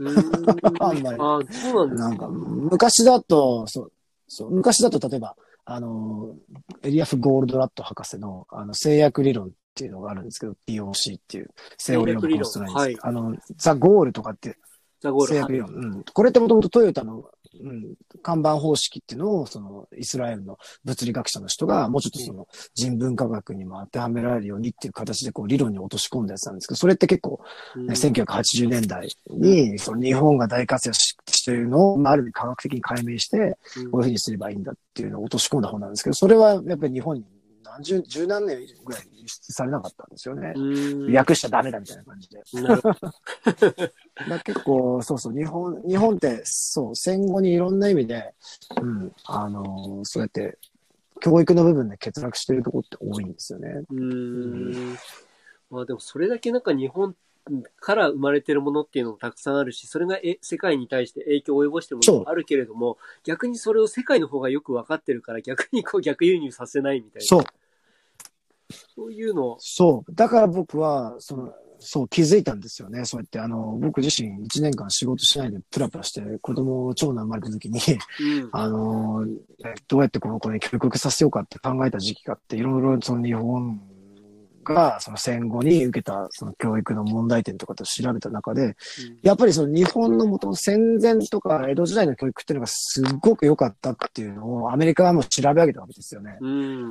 うーん。 あんまり。 ああ、そうなんですね。 なんか、昔だと、そう、そう、昔だと例えば、あの、エリアフ・ゴールドラット博士の、あの、制約理論っていうのがあるんですけど、ティーオーシー っていう、セオリー・オブ・制約理論。 コンストラインス。 はい。 あの、ザ・ゴールとかってザゴール。はい。 制約理論。うん。これってもともとトヨタの、うん、看板方式っていうのを、その、イスラエルの物理学者の人が、もうちょっとその、人文科学にも当てはめられるようにっていう形で、こう、理論に落とし込んだやつなんですけど、それって結構、ね、 うん。 せんきゅうひゃくはちじゅうねんだいに、その日本が大活躍しているのを、まあ、ある意味科学的に解明して、こういうふうにすればいいんだっていうのを落とし込んだ本なんですけど、それはやっぱり日本に何十、十何年ぐらい輸出されなかったんですよね。 うーん。 訳しちゃダメだみたいな感じで。 なるほど。 だ結構、そうそう、日本、日本って、そう、戦後にいろんな意味で、うん、あの、そうやって、教育の部分で欠落してるところって多いんですよね。 ううん、 ーん。まあでもそれだけなんか日本から生まれてるものっていうのもたくさんあるし、それがえ世界に対して影響を及ぼしてるものそう、 もあるけれども、逆にそれを世界の方がよく分かってるから逆にこう逆輸入させないみたいな。 そう、 そういうの。 そう。だから僕は、その、そう気づいたんですよね。そうやって、あの、僕自身いちねんかん仕事しないでプラプラして、子供、長男生まれた時に、 うん。 あの、どうやってこの子に教育させようかって考えた時期があって、いろいろその日本がその戦後に受けたその教育の問題点とかと調べた中で、やっぱりその日本の元の戦前とか江戸時代の教育っていうのがすっごく良かったっていうのをアメリカはもう調べ上げたわけですよね。 うん。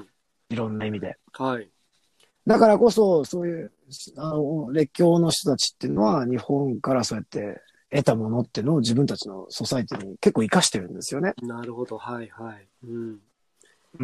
いろんな意味で。 はい。 だからこそ、そういう、あの、列強の人たちっていうのは、日本からそうやって得たものっていうのを自分たちのソサイティに結構活かしてるんですよね。 なるほど。はいはい。うん。 うん。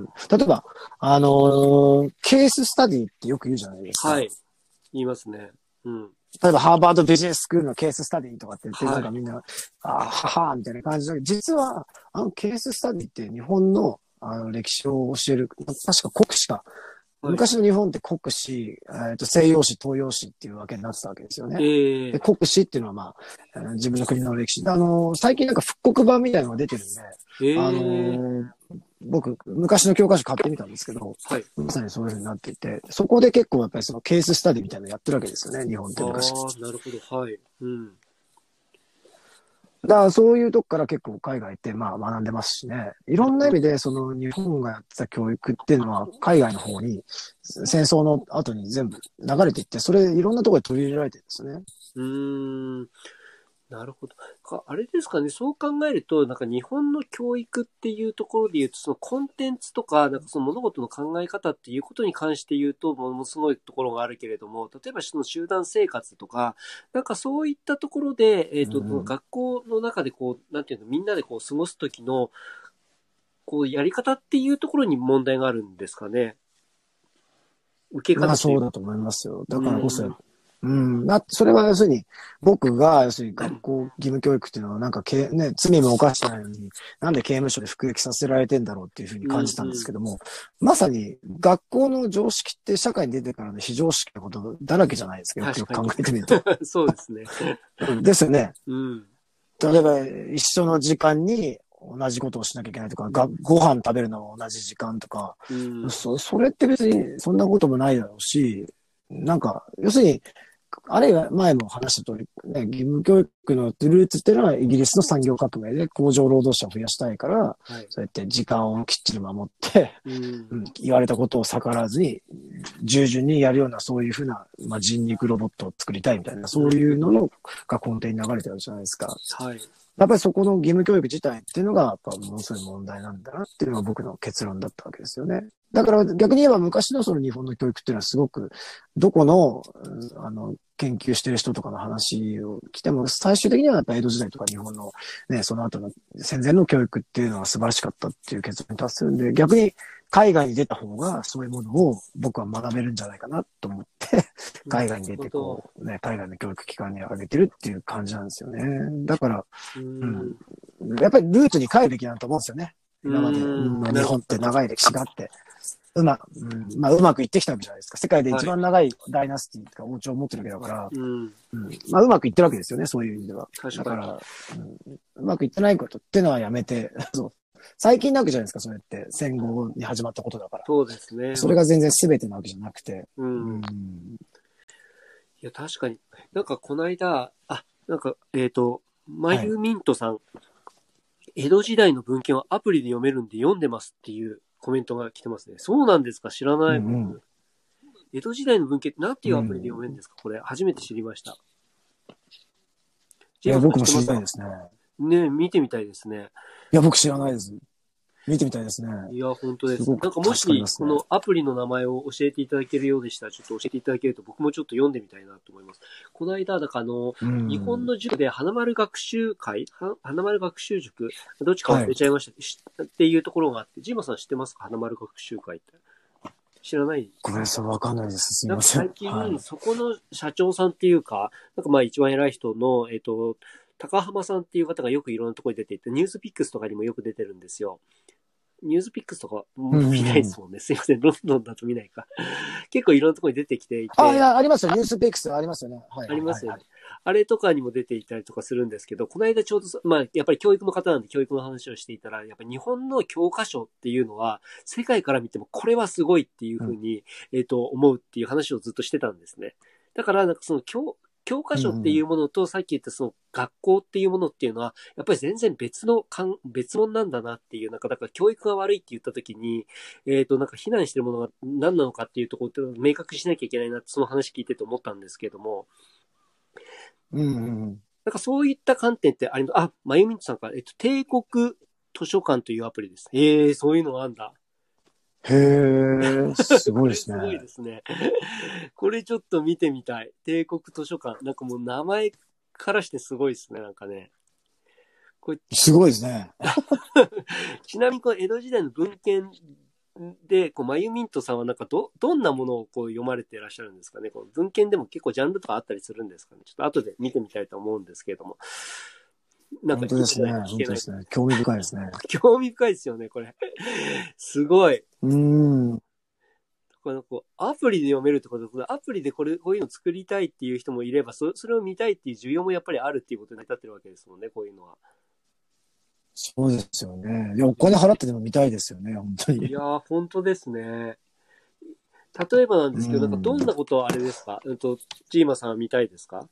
例えば、あのーケーススタディってよく言うじゃないですか。 はい。言いますね。うん。 例えば、ハーバードビジネススクールのケーススタディとかって言って、 はいなんかみんな、あーははーみたいな感じだけど、実は、あのケーススタディって日本の、あの、歴史を教える、確か国史か。 はい。 昔の日本って国史、えっと西洋史、東洋史っていうわけになってたわけですよね。で、 ええ国史っていうのはまあ、あの自分の国の歴史。あの、最近なんか復刻版みたいなのが出てるんで、 えあえの、僕、昔の教科書買ってみたんですけど、 はい。 まさにそういう風になっていて、そこで結構やっぱりそのケーススタディみたいなのやってるわけですよね、日本ってああ、 昔。 なるほど。はい。うん。 だからそういうとこから結構海外ってまあ学んでますしね。いろんな意味でその日本がやってた教育っていうのは海外の方に戦争の後に全部流れていって、それいろんなところで取り入れられてるんですね。 うーん。なるほど。かあれですかね、そう考えると、なんか日本の教育っていうところで言うと、そのコンテンツとか、なんかその物事の考え方っていうことに関して言うと、ものすごいところがあるけれども、例えばその集団生活とか、なんかそういったところで、えっと、 うん、 学校の中でこう、なんていうの、みんなでこう過ごすときの、こう、やり方っていうところに問題があるんですかね。受けまあ方というか。 そうだと思いますよ。だうからこそ、 ん。 うん。まあ、それは要するに、僕が、要するに学校義務教育っていうのは、なんかけ、ね、罪も犯してないのに、なんで刑務所で服役させられてんだろうっていうふうに感じたんですけども、まさに学校の常識って社会に出てからの非常識のことだらけじゃないですか。よくよく考えてみると。 そうですね。 うんですよね。 うん。 例えば、一緒の時間に同じことをしなきゃいけないとか、がご飯食べるのも同じ時間とか、 うん。 そ、それって別にそんなこともないだろうし、なんか、要するに、あれが前も話した通り、ね、義務教育のルーツっていうのはイギリスの産業革命で工場労働者を増やしたいから、 はい。 そうやって時間をきっちり守って、 うん。 うん、言われたことを逆らわずに、従順にやるようなそういうふうな、まあ、人肉ロボットを作りたいみたいな、そういうののが根底に流れてるじゃないですか。 はい。 やっぱりそこの義務教育自体っていうのが、やっぱものすごい問題なんだなっていうのが僕の結論だったわけですよね。だから逆に言えば昔のその日本の教育っていうのはすごく、どこの、あの、研究してる人とかの話を聞いても、最終的にはやっぱ江戸時代とか日本のね、その後の戦前の教育っていうのは素晴らしかったっていう結論に達するんで、逆に海外に出た方がそういうものを僕は学べるんじゃないかなと思って、海外に出てこう、ね、海外の教育機関に上げてるっていう感じなんですよね。だから、 ううんん。 やっぱりルーツに帰るべきだと思うんですよね。今まで、 うんうん日本って長い歴史があって、うま、うんまあ、うまくいってきたわけじゃないですか。世界で一番長いダイナスティとか王朝を持ってるわけだから、 うん。 うんまあ、うまくいってるわけですよね、そういう意味では。 確かに。 だから、うん、うまくいってないことってのはやめて、そう最近なわけじゃないですか、それって戦後に始まったことだから。 そうですね。 それが全然全てなわけじゃなくて。 うん。 うんいや、確かに。なんかこの間、あ、 なんか、えっ、と、マはい。 ユミントさん、江戸時代の文献はアプリで読めるんで読んでますっていうコメントが来てますね。そうなんですか？知らない、 うんうん。 僕。江戸時代の文献って何ていうアプリでうん。 読めるんですか？これ、初めて知りました。ジいや、 ェーマさん僕も知ってますか？ 知りたいですね。 ねえ、見てみたいですね。 いや、僕知らないです。見てみたいですね。 いや、本当です。 すごくなんかもし、 助かりますね。 このアプリの名前を教えていただけるようでしたら、ちょっと教えていただけると僕もちょっと読んでみたいなと思います。この間、だからあの、 う日本ん。 の塾で花丸学習会は花丸学習塾どっちかはい。 忘れちゃいました。しっていうところがあって、ジーマさん知ってますか？花丸学習会って。知らない？ ごめんなさい、わかんないです。すみなんかません。 最近、 はい。 そこの社長さんっていうか、なんかまあ一番偉い人の、えっと、高浜さんっていう方がよくいろんなところに出ていて、ニュースピックスとかにもよく出てるんですよ。ニュースピックスとかうん見ないうんうん。 ですもんね。すいません。ロンドンだと見ないか。結構いろんなところに出てきていあ、いて、 や、ありますよ。ニュースピックスありますよね。はいありますよね。 はいはいはい。 あれとかにも出ていたりとかするんですけど、この間ちょうどそ、まあ、やっぱり教育の方なんで教育の話をしていたら、やっぱり日本の教科書っていうのは、世界から見てもこれはすごいっていううん。 ふうに、えっと、思うっていう話をずっとしてたんですね。だから、なんかその教、教科書ってうんうん。 いうものと、さっき言ったその学校っていうものっていうのは、やっぱり全然別のかん、別物なんだなっていう、なんか、だから教育が悪いって言った時に、えっと、なんか非難してるものが何なのかっていうところって明確にしなきゃいけないなって、その話聞いてて思ったんですけれども、 うんうんうん。 なんかそういった観点ってあります。あ、まゆみんとさんから、えっと、帝国図書館というアプリです。ええー、そういうのがあんだ。 へえ、すごいですね。 これすごいですね。これちょっと見てみたい。帝国図書館。なんかもう名前からしてすごいですね、なんかね。これすごいですね。 ちなみにこの江戸時代の文献で、こう、マユミントさんはなんかど、どんなものをこう読まれていらっしゃるんですかね。この文献でも結構ジャンルとかあったりするんですかね。ちょっと後で見てみたいと思うんですけれども。なんか本当ですね。 聞いてないと聞けない。 本当ですね。興味深いですね。 興味深いですよね、これ。すごい。 うーん。 このこうアプリで読めるってことで、アプリでこれ、こういうの作りたいっていう人もいれば、そそれを見たいっていう需要もやっぱりあるっていうことになってるわけですもんね、こういうのは。 そうですよね。いや、お金払ってでも見たいですよね、本当に。 いやー、本当ですね。例えばなんでうすけど、なんかどんん。 なことをあれですか？うんと、ジーマさんは見たいですか？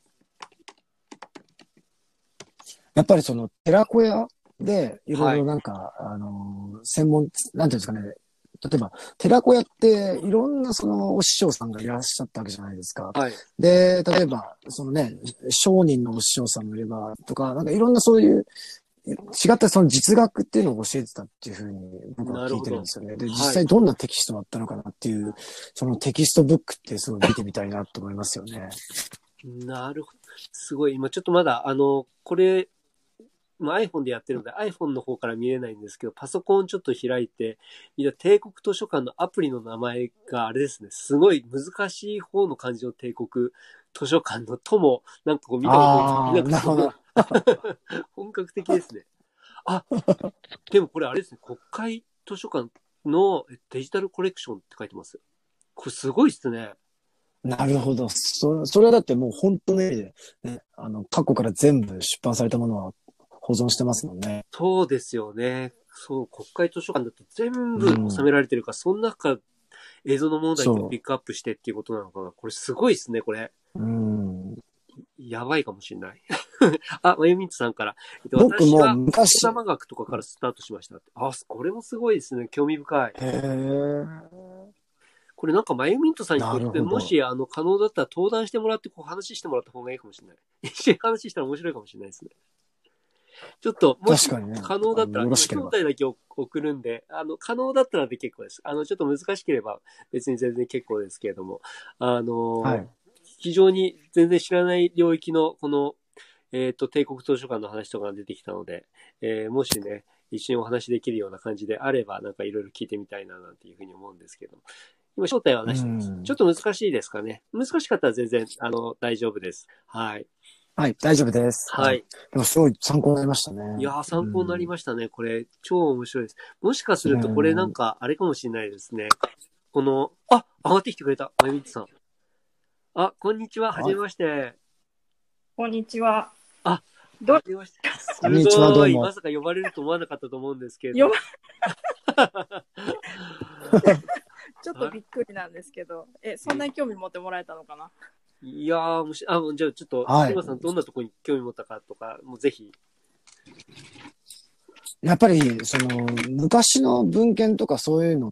やっぱりその、寺子屋で、いろいはい。 ろなんか、あの、専門、なんていうんですかね。例えば、寺子屋って、いろんなその、お師匠さんがいらっしゃったわけじゃないですか。 はい。 で、例えば、そのね、商人のお師匠さんもいれば、とか、なんかいろんなそういう、違ったその実学っていうのを教えてたっていうふうに僕は聞いなるほど。 てるんですよね。で、実はい。 際どんなテキストだったのかなっていう、そのテキストブックってすごい見てみたいなと思いますよね。 なるほど。すごい。今ちょっとまだ、あの、これ、まあ、iPhone でやってるので iPhone の方から見れないんですけど、パソコンちょっと開いて、いや、帝国図書館のアプリの名前があれですね、すごい難しい方の漢字の帝国図書館のとも、なんかこう見たことない。 ああ、 なんかこうなるほど。 本格的ですね。あ、でもこれあれですね、国会図書館のデジタルコレクションって書いてます。これすごいっすね。 なるほど。そ、それはだってもう本当の意味で、ね、あの、過去から全部出版されたものは保存してますもんね。 そうですよね。そう、国会図書館だと全部収うん。 められてるから、その中映像のものだけをピそックアップしてっていうことなのかな。これすごいですね、これ。 う。うん。 やばいかもしれない。あ、まゆみつさんから。えっと、 僕も私は、大昔、 玉学とかからスタートしました。あ、これもすごいですね。興味深い。 へえ、 これなんか、まゆみんとさんになとって、 るほど。 もし、あの、可能だったら登壇してもらって、こう話してもらった方がいいかもしれない。一緒に話したら面白いかもしれないですね。ちょっと、もし確かにね。 可能だあの、 ったら、今、 よろしければ。 招待だけ送るんで、あの、可能だったらで結構です。あの、ちょっと難しければ別に全然結構ですけれども、あの、 はい。 非常に全然知らない領域の、この、えっと、帝国図書館の話とかが出てきたので、えーもしね、一緒にお話できるような感じであれば、なんかいろいろ聞いてみたいな、なんていうふうに思うんですけど、今、招待はう出してます。ちょん。 っと難しいですかね。難しかったら全然、あの、大丈夫です。はい。 はい、大丈夫です。はい。 はい。 でもすごい参考になりましたね。 いやー、参考になりうん。 ましたね。これ、超面白いです。もしかすうると、これなんん。 か、あれかもしれないですね。この、あ、上がってきてくれた。まゆみつさん。あ、こんにちは。はじめあ、 まして。 こんにちは。 あ、 ど、 はじめまして。すこんにちは、どごい。まうも。 さか呼ばれると思わなかったと思うんですけれどよ、 も。 ちょっとびっくりなんですけど、え、そんなに興味持ってもらえたのかな？ いやー、もし、あ、じゃあちょっと、 はい島さんどんなところに興味持ったかとか、もうぜひ。 やっぱり、その、昔の文献とかそういうのって、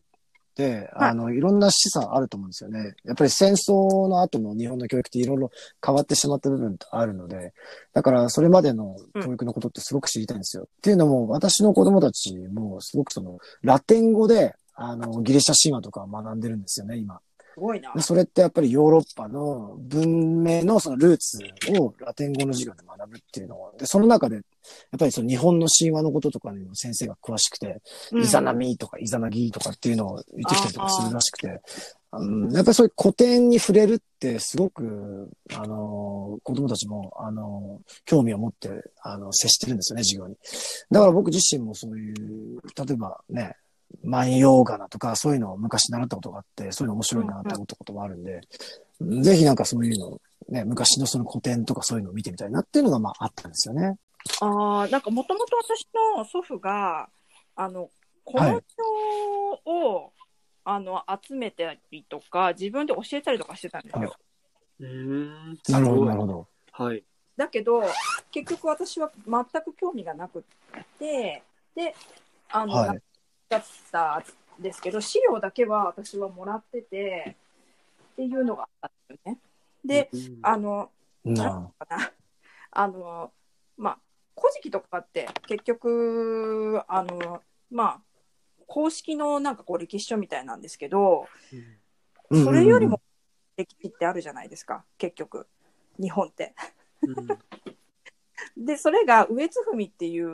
はいあの、いろんな示唆あると思うんですよね。やっぱり戦争の後の日本の教育っていろいろ変わってしまった部分ってあるので、だからそれまでの教育のことってすごく知りたいんですよ。っていうのも、私の子供たちもすごくその、ラテン語で、あの、ギリシャ神話とかを学んでるんですよね、今。 すごいなで。それってやっぱりヨーロッパの文明のそのルーツをラテン語の授業で学ぶっていうのを、で、その中で、やっぱりその日本の神話のこととかにも先生が詳しくて、イザナミとかイザナギとかっていうのを言ってきたりとかするらしくて、うん、やっぱりそういう古典に触れるってすごく、あの、子供たちも、あの、興味を持って、あの、接してるんですよね、授業に。だから僕自身もそういう、例えばね、万葉仮名とかそういうのを昔習ったことがあって、そういうの面白いなって思ったこともあるんで、うんうん、ぜひなんかそういうの、ね、昔のその古典とかそういうのを見てみたいなっていうのがまああったんですよね。 ああ、なんかもともと私の祖父が、あの、この表を、あの、集めたりとか、自分で教えたりとかしてたんですよ。はい、 うーん、 なるほど、なるほど。 はい。 だけど、結局私は全く興味がなくて、で、あの、はい、だったんですけど、資料だけは私はもらってて、っていうのがあったんですよね。で、うん、あの、なんかな、あの、まあ、古事記とかって結局、あの、まあ、公式のなんかこう歴史書みたいなんですけど、うん、それよりも歴史ってあるじゃないですか、結局、日本って。うん、で、それが上津文っていう、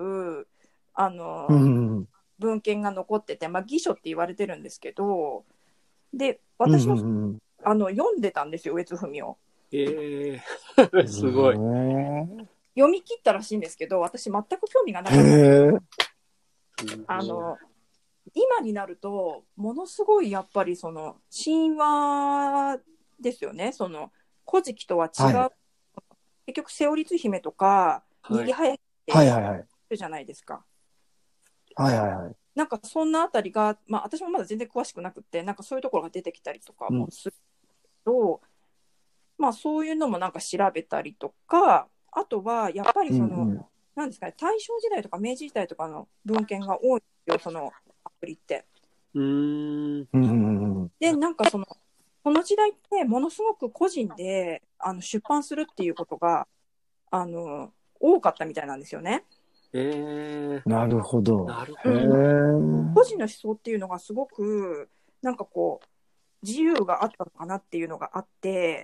あの、うん文献が残ってて、まあ、義書って言われてるんですけど、で、私も、うんうんうん、あの読んでたんですよ、上津文を。 えー、すごい。 読み切ったらしいんですけど、私全く興味がなかった。あの、今になると、ものすごいやっぱりその、神話ですよね、その、古事記とは違う。はい、結局、瀬尾律姫とか、逃げ早いって言うじゃないですか。 はいはいはい。 なんかそんなあたりが、まあ私もまだ全然詳しくなくて、なんかそういうところが出てきたりとかもすると、うん、まあそういうのもなんか調べたりとか、あとはやっぱりその、うんうん、なんですかね、大正時代とか明治時代とかの文献が多いよ、そのアプリって。 うーん。 で、なんかその、この時代ってものすごく個人であの出版するっていうことが、あの、多かったみたいなんですよね。 えー、 なるほど。 なるほど。 個人の思想っていうのがすごくなんかこう自由があったのかなっていうのがあって、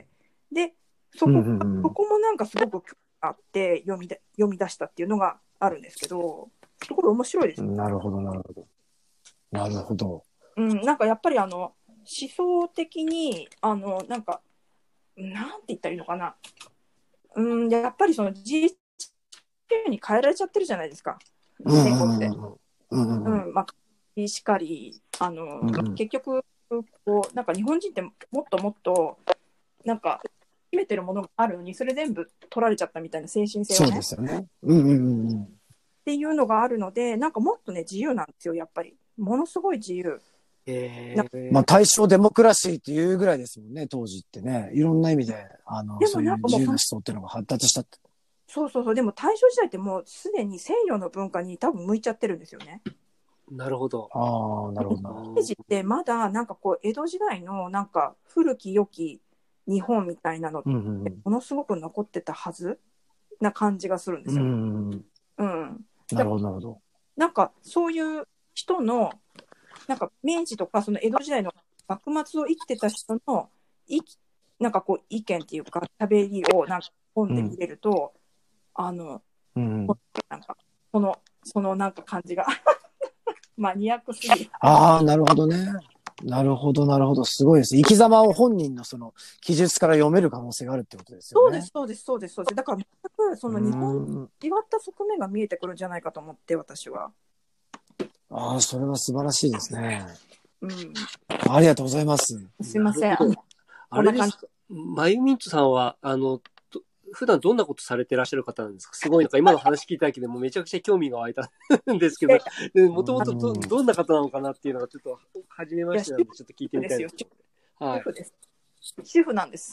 でそこ、うんうんうん、そこもなんかすごくあって読みで読み出したっていうのがあるんですけど、すごい面白いです。 なるほどなるほど。なるほど。 うん、なんかやっぱりあの思想的にあのなんかなんて言ったらいいのかな、うん、やっぱりその事実に変えられちゃってるじゃないですか、戦後って。うんうん、まあ、しかりあの、うんうん、結局こうなんか日本人ってもっともっとなんか秘めてるものがあるのに、それ全部取られちゃったみたいな精神性をね。 そうですよね。うんうんうん。 っていうのがあるので、なんかもっとね自由なんですよ、やっぱり。ものすごい自由。 えー、まあ大正デモクラシーっていうぐらいですもんね、当時ってね。いろんな意味であのでもなんかそういう自由な思想っていうのが発達したって。 そうそうそう。でも大正時代ってもうすでに西洋の文化に多分向いちゃってるんですよね。 なるほど。 ああ、なるほど。 明治ってまだなんかこう江戸時代のなんか古き良き日本みたいなのってものすごく残ってたはずな感じがするんですよ。 うんうん。うん、なるほどなるほど。 なんかそういう人のなんか明治とかその江戸時代の幕末を生きてた人のいなんかこう意見っていうか喋りをなんか本で見れると、うん、あの、うん、なんかこのそのなんか感じがマニアックすぎる。 ああ、なるほどね。なるほど、なるほど。すごいです。生き様を本人のその記述から読める可能性があるってことですよね。 そうです、そうです、そうです、そうです。だから全くその日本違った側面が見えてくるんじゃないかと思って、私は。 ああ、それは素晴らしいですね。 うん。 ありがとうございます。 すいません。 あれですか、マユミントさんは、あの、普段どんなことされてらっしゃる方なんですか？すごいなんか今の話聞いただけでもめちゃくちゃ興味が湧いたんですけど、もともとどんな方なのかなっていうのがちょっと初めましてなんでちょっと聞いてみたいです。 はい。主婦です。主婦なんです。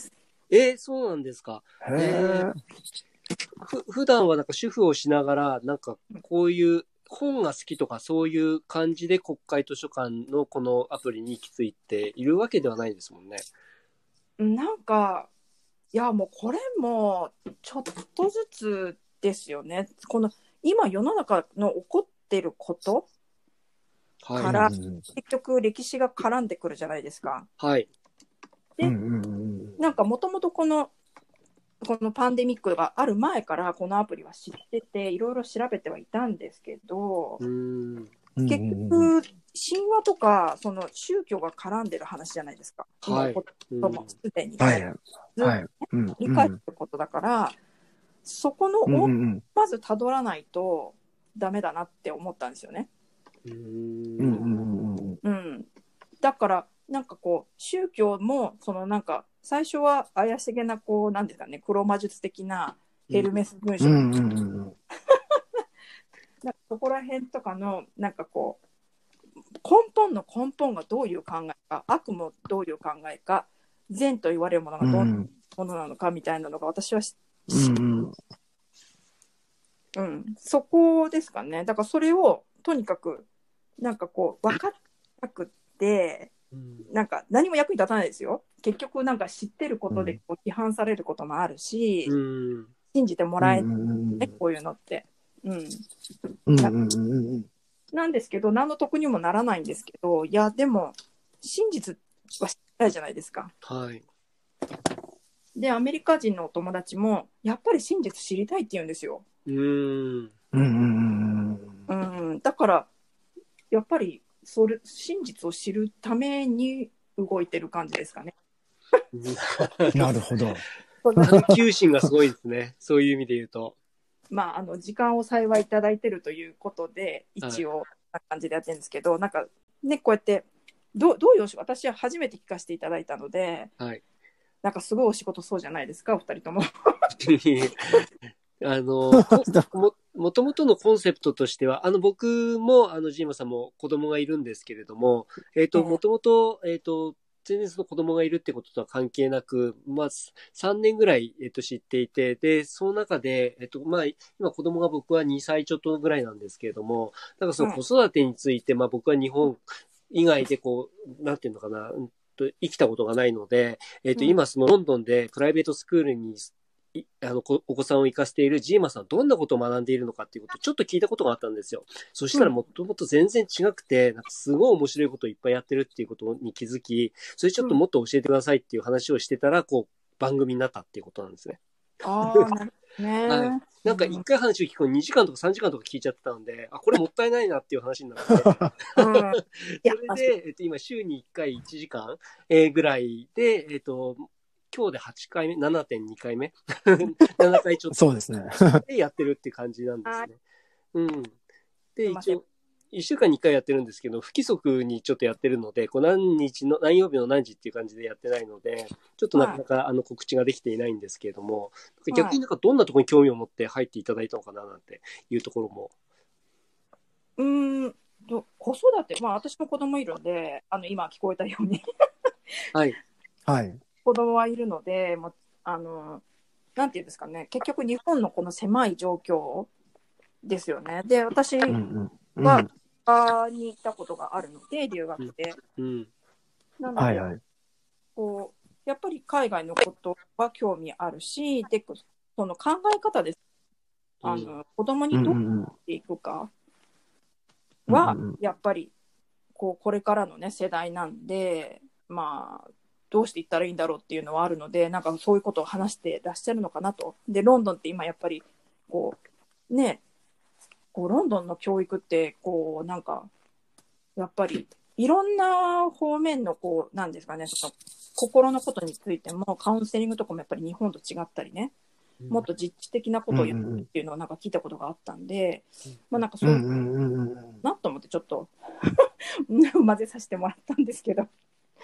えー、そうなんですか。 へえ。 ふ普段はなんか主婦をしながら、なんかこういう本が好きとかそういう感じで国会図書館のこのアプリに行き着いているわけではないですもんね。 なんか、いやもうこれもちょっとずつですよね。この今世の中の起こってることはい。 から、 うんうん結局歴史が絡んでくるじゃないですか。 はい。 でうんうんうんなんかもともとこのこのパンデミックがある前からこのアプリは知ってていろいろ調べてはいたんですけど、 うーん。 うん結局神話とかその宗教が絡んでる話じゃないですか。 はい。 今起こったこともすでに、 はい。 ずっはい。 とうん理解することだから、そこのうんをうんまずたどらないとダメだなって思ったんですよね。 うーうんうんん。 うんうん、だからなんかこう宗教もそのなんか最初は怪しげなこうなんですかね、黒魔術的なヘルメス文書とか、 うんうんうんなんかそこら辺とかのなんかこう根本の根本がどういう考えか、悪もどういう考えか、善と言われるものがどんなものなのかみたいなのが私はし、 うんうん、そこですかね。だからそれをとにかくなんかこう分かったくってうんなんか何も役に立たないですよ。結局なんか知ってることでこう批判されることもあるし、 うーん。 信じてもらえないね、こういうのって。うん。 うんうんうんうんなんですけど、何の得にもならないんですけど、いや、でも、真実は知りたいじゃないですか。 はい。 で、アメリカ人のお友達も、やっぱり真実知りたいって言うんですよ。 うーん。 うんうんうん。だから、やっぱり、それ、真実を知るために動いてる感じですかね。 なるほど。 探求心がすごいですね。そういう意味で言うと。 まあ、あの時間を幸いいただいてるということで一応な感じでやってるんですけど、はい、なんかねこうやってど, どういうお仕事、私は初めて聞かせていただいたので、 はい、 なんかすごいお仕事そうじゃないですかお二人とも。 あのも, もともとのコンセプトとしては、あの僕もあのジーマさんも子供がいるんですけれども、えっ、ー、ともともとえっ、ー、と全然その子供がいるってこととは関係なく、まあ、さんねんぐらい、えっと、知っていて、で、その中で、えっと、まあ、今子供が僕はにさいちょっとぐらいなんですけれども、だからその子育てについて、まあ僕は日本以外でこう、なんていうのかな、うんと、生きたことがないので、えっと、今そのロンドンでプライベートスクールにあのお子さんを行かせているジーマさん、どんなことを学んでいるのかっていうことをちょっと聞いたことがあったんですよ。そしたらもともと全然違くて、なんかすごい面白いことをいっぱいやってるっていうことに気づき、それちょっともっと教えてくださいっていう話をしてたら、こう番組になったっていうことなんですね。 ああ、なるほどね。 はい。なんか一回話を聞くとにじかんとかさんじかんとか聞いちゃってたので、あ、これもったいないなっていう話になって。うん、それで、えっと、今週にいっかいいちじかん、えー、ぐらいで、えっと、今日ではちかいめ、ななてんにかいめななかいちょっと。 そうですね。 でやってるって感じなんですね。うん。で、一応、いっしゅうかんにいっかいやってるんですけど、不規則にちょっとやってるので、こう何日の、何曜日の何時っていう感じでやってないので、ちょっとなかなかあの告知ができていないんですけれども、はい、逆になんかどんなところに興味を持って入っていただいたのかななんていうところも。 うーんと、子育て、まあ私も子供いるんで、あの今聞こえたように。 はい。 はい。 子供はいるので、もうあの、なんていうんですかね、結局日本のこの狭い状況ですよね。で、私は、うんうん、アメリカに行ったことがあるので、留学で。 うんうん、 なので、はいはい、こう、やっぱり海外のことは興味あるし、で、その考え方です。あの、うん、子供にどうしていくかは、やっぱり、こう、これからのね、世代なんで、まあ、どうしていったらいいんだろうっていうのはあるので、なんかそういうことを話してらっしゃるのかなと。で、ロンドンって今やっぱり、こう、ね、こうロンドンの教育って、こう、なんか、やっぱり、いろんな方面の、こう、なんですかね、その、心のことについても、カウンセリングとかもやっぱり日本と違ったりね、うん、もっと実地的なことをやるっていうのをなんか聞いたことがあったんで、うん、まあなんかそういう、なと思ってちょっと、混ぜさせてもらったんですけど。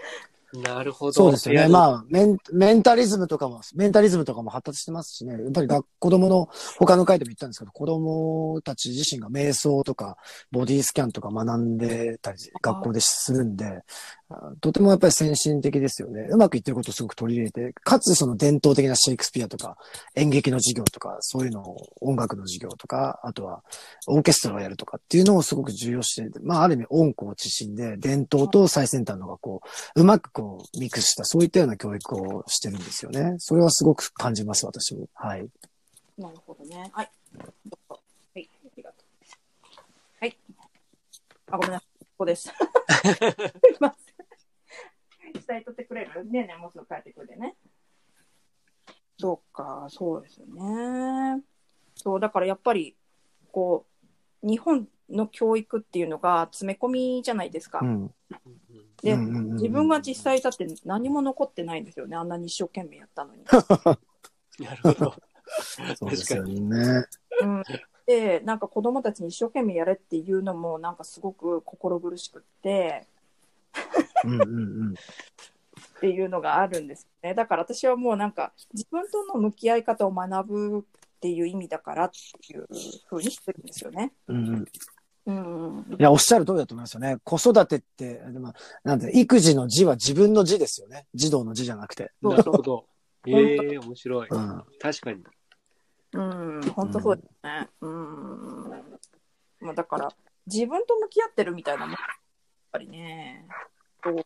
なるほど。 そうですよね。まあメン、メンタリズムとかも、メンタリズムとかも発達してますしね。やっぱり学子供の、他の回でも言ったんですけど、子供たち自身が瞑想とか、ボディスキャンとか学んでたり、学校でするんで、とてもやっぱり先進的ですよね。うまくいってることをすごく取り入れて、かつその伝統的なシェイクスピアとか、演劇の授業とか、そういうのを、音楽の授業とか、あとはオーケストラをやるとかっていうのをすごく重要して、まあある意味温故知新で、伝統と最先端のがこう、うまくこう、ミックスした、そういったような教育をしてるんですよね。それはすごく感じます、私も。はい。 なるほどね。はい。どうぞ。はい。ありがとう。はい。あ、ごめんなさい。ここです。すいません。下に取ってくれるねえねえ、もうすぐ帰ってくるでね。そうか、そうですよね。そう、だからやっぱり、こう、日本の教育っていうのが詰め込みじゃないですか。 うん。 で、 うんうんうんうん、 自分が実際だって何も残ってないんですよね。あんなに一生懸命やったのに。 なるほど。 そうですよね。 うん、で、なんか子供たちに一生懸命やれっていうのもなんかすごく心苦しくって、 うんうんうん。 っていうのがあるんですね。だから私はもうなんか自分との向き合い方を学ぶっていう意味だからっていう風にしてるんですよね。 うんうん、 うん、 いや、おっしゃる通りだと思いますよね。子育てって、まあ、なんて、育児の字は自分の字ですよね。児童の字じゃなくて。 なるほど。ええー、面白い、うん。確かに。 うん、本当そうですね。うん。うん、まあ、だから、自分と向き合ってるみたいなもん、やっぱりね。そう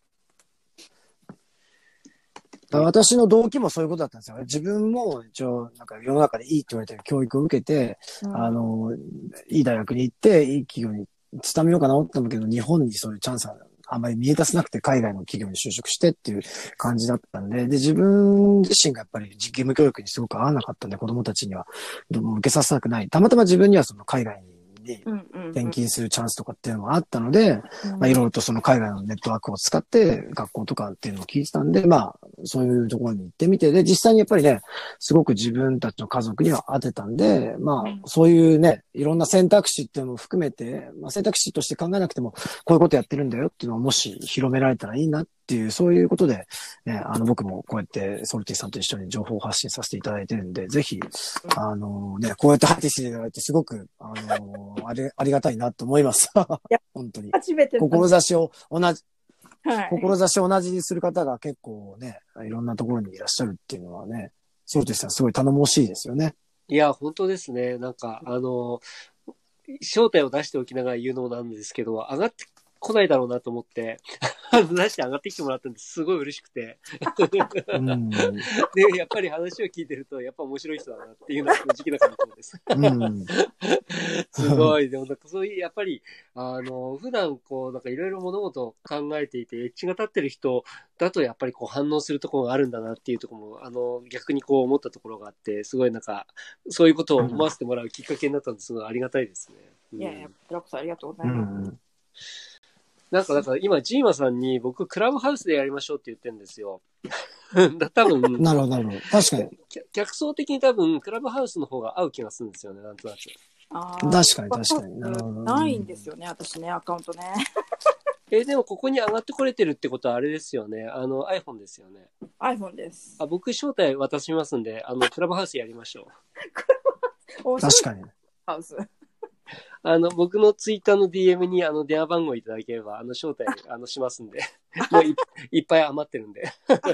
私の動機もそういうことだったんですよ。自分も一応、なんか世の中でいいって言われてる教育を受けて、うん、あの、いい大学に行って、いい企業に勤めようかなと思ったんだけど、日本にそういうチャンスはあんまり見え出せなくて、海外の企業に就職してっていう感じだったんで、で、自分自身がやっぱり義務教育にすごく合わなかったんで、子供たちにはどうも受けさせたくない。たまたま自分にはその海外にに転勤するチャンスとかっていうのがあったので、まあいろいろとその海外のネットワークを使って学校とかっていうのを聞いてたんで、まあそういうところに行ってみて、で、実際にやっぱりね、すごく自分たちの家族には当てたんで、まあそういうね、いろんな選択肢っていうのも含めて、まあ選択肢として考えなくても、こういうことやってるんだよっていうのをもし広められたらいいなっていう、そういうことで、ね、あの僕もこうやってソルティさんと一緒に情報を発信させていただいてるんで、ぜひ、あのね、こうやって発信していただいてすごく、あのあれ、ありがたいなと思います。本当に。 初めて志を同じ、はい、志を同じにする方が結構ね、いろんなところにいらっしゃるっていうのはね、ソルティさんすごい頼もしいですよね。 いや、本当ですね。なんか、あの、正体を出しておきながら言うのもなんですけど、上がってこないだろうなと思って、出して上がってきてもらったんですごい嬉しくて。うん、で、やっぱり話を聞いてると、やっぱ面白い人だなっていうのは正直な感想です。うん、すごい。でもなんかそういう、やっぱり、あの、普段こう、なんかいろいろ物事を考えていて、エッジが立ってる人だとやっぱりこう反応するところがあるんだなっていうところも、あの、逆にこう思ったところがあって、すごいなんか、そういうことを思わせてもらうきっかけになったのですごいありがたいですね。 うん、いやいや、こちらこそありがとうございます。うんなんか、だから今、ジーマさんに僕、クラブハウスでやりましょうって言ってるんですよ。だ多分。 なるほど、なるほど。確かに。 客層的に多分、クラブハウスの方が合う気がするんですよね、なんとなく。 あ確かに、確かに。 なるほど。ないんですよね、私ね、アカウントね。 え、でもここに上がってこれてるってことはあれですよね。あの、iPhone ですよね。 iPhone です。 あ、僕、招待渡しますんで、あの、クラブハウスやりましょう。確かに。 ハウス。 あの、僕のツイッターの ディーエム にあの電話番号いただければ、あの、招待、あの、しますんで。もうい、いっぱい余ってるんで。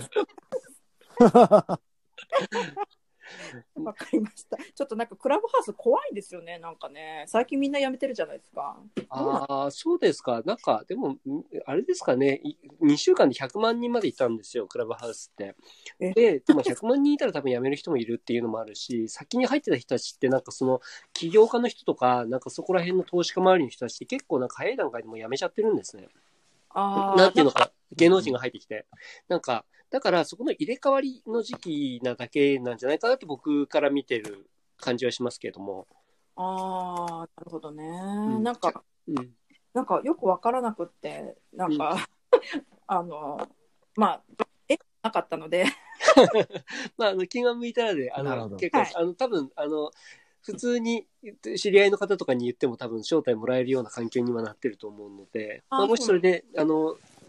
わかりました。ちょっとなんかクラブハウス怖いんですよね。なんかね、最近みんなやめてるじゃないですか。 ああ、そうですか。なんか、でも、あれですかね。にしゅうかんでひゃくまんにんまでいたんですよ、クラブハウスって。で、でもひゃくまんにんいたら多分辞める人もいるっていうのもあるし、先に入ってた人たちってなんかその、起業家の人とか、なんかそこら辺の投資家周りの人たちって結構なんか早い段階でも辞めちゃってるんですね。あなんていうのか、芸能人が入ってきて。なんか、だからそこの入れ替わりの時期なだけなんじゃないかなって僕から見てる感じはしますけれども。 ああ、なるほどね。うん、なんか、うん、なんかよくわからなくって、なんか、うん、あの、まあ、え、なかったので。 まあ、あの、気が向いたらで、あの、結構、はい、あの、多分、あの、普通に知り合いの方とかに言っても多分招待もらえるような関係にはなってると思うので、あまあ、もしそれで、あの、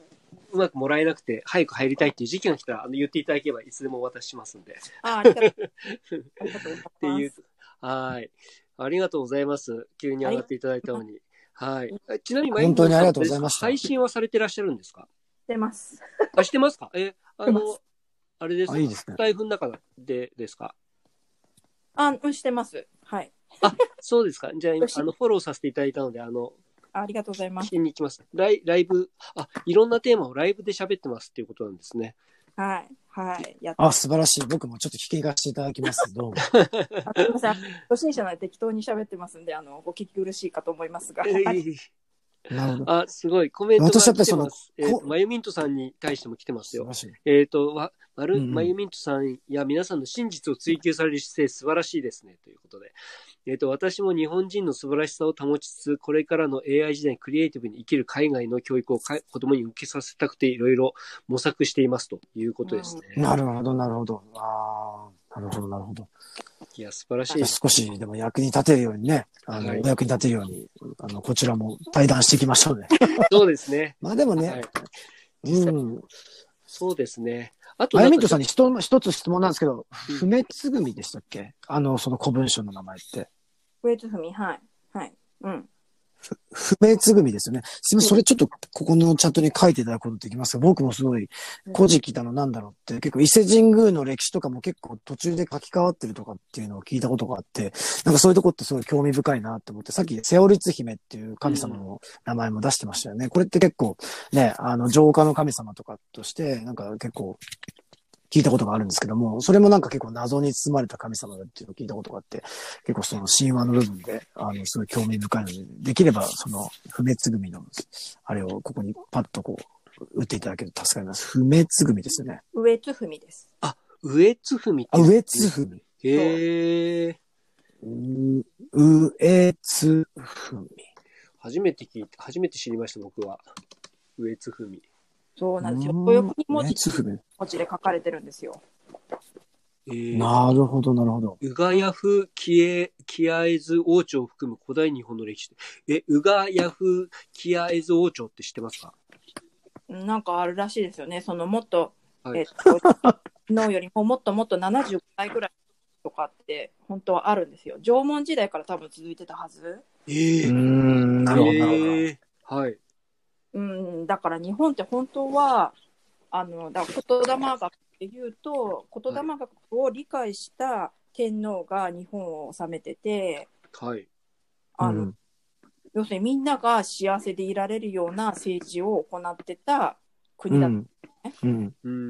うまくもらえなくて、早く入りたいっていう時期が来たら、あの、言っていただければいつでもお渡ししますんで。 あありがとう。ありがとうございます。 っていう。はい。ありがとうございます。急に上がっていただいたのに。はい。ちなみに、 本当にありがとうございました。 配信はされてらっしゃるんですか？ してます。 あ、してますか？え、あの、あれですか？ いいですね。 スタイフの中でですか？ あ、うん、してます。はい。 あ、そうですか。じゃあ、あの、フォローさせていただいたので、あの、 ありがとうございます。 聞きに行きます。ライ、ライブ、あ、いろんなテーマをライブで喋ってますっていうことなんですね。 はい。はい。やっあ、素晴らしい。僕もちょっと聞きがしていただきます。どうも。 あすみません。初心者なので適当に喋ってますんで、あの、お聞き苦しいかと思いますが。 なるほど。 あ、すごい。コメントが来てます。 私やっぱりその、 えー、マユミントさんに対しても来てますよ。 素晴らしい。 えっ、ー、と、わ、まる、 うんうん、 マユミントさんや皆さんの真実を追求される姿勢素晴らしいですね。ということで。えっ、ー、と、私も日本人の素晴らしさを保ちつつ、これからの エーアイ 時代にクリエイティブに生きる海外の教育をか子供に受けさせたくていろいろ模索していますということですね。 うん、なるほど、なるほど。ああ、なるほど、なるほど。 いや、素晴らしい。 少しでも役に立てるようにね、あの、はい、お役に立てるように、あの、こちらも対談していきましょうね。 そうですね。 まあでもね、はい、うん。 そうですね。あと、 マユミントさんに一一つ質問なんですけど、不滅組でしたっけ？あの、その古文書の名前って。 不滅組、はい。はい。うん。 不滅組ですよね。すみません、それちょっとここのチャットに書いていただくことできますか？僕もすごい、古事記だのなんだろうって、結構伊勢神宮の歴史とかも結構途中で書き換わってるとかっていうのを聞いたことがあって、なんかそういうとこってすごい興味深いなって思って、さっきセオリツ姫っていう神様の名前も出してましたよね。これって結構ね、あの、浄化の神様とかとして、なんか結構、聞いたことがあるんですけども、それもなんか結構謎に包まれた神様だっていうのを聞いたことがあって、結構その神話の部分で、あの、すごい興味深いので、できればその不滅組の、あれをここにパッとこう、打っていただけると助かります。不滅組ですよね。 上津文です。 あ、上津文って。 あ、上津文。 へー。 う、上津文。 初めて聞いて、初めて知りました、僕は。上津文。 そうなんですよ。豊国文字文字で書かれてるんですよ。 えー、 なるほど、なるほど。 ウガヤフ・キエ、キアエズ王朝を含む古代日本の歴史。え、ウガヤフ・キアエズ王朝って知ってますか？ なんかあるらしいですよね。そのもっと、 はい、 えっと、のよりももっともっとななじゅうごかいぐらいとかって本当はあるんですよ。縄文時代から多分続いてたはず。 えー、 うーん、なるほど、なるほど。 えー、はい。 うん、だから日本って本当はあのだから言霊学っていうと言霊学を理解した天皇が日本を治めてて、 はい、 あの、うん、要するにみんなが幸せでいられるような政治を行ってた国だったんですね。うんうん、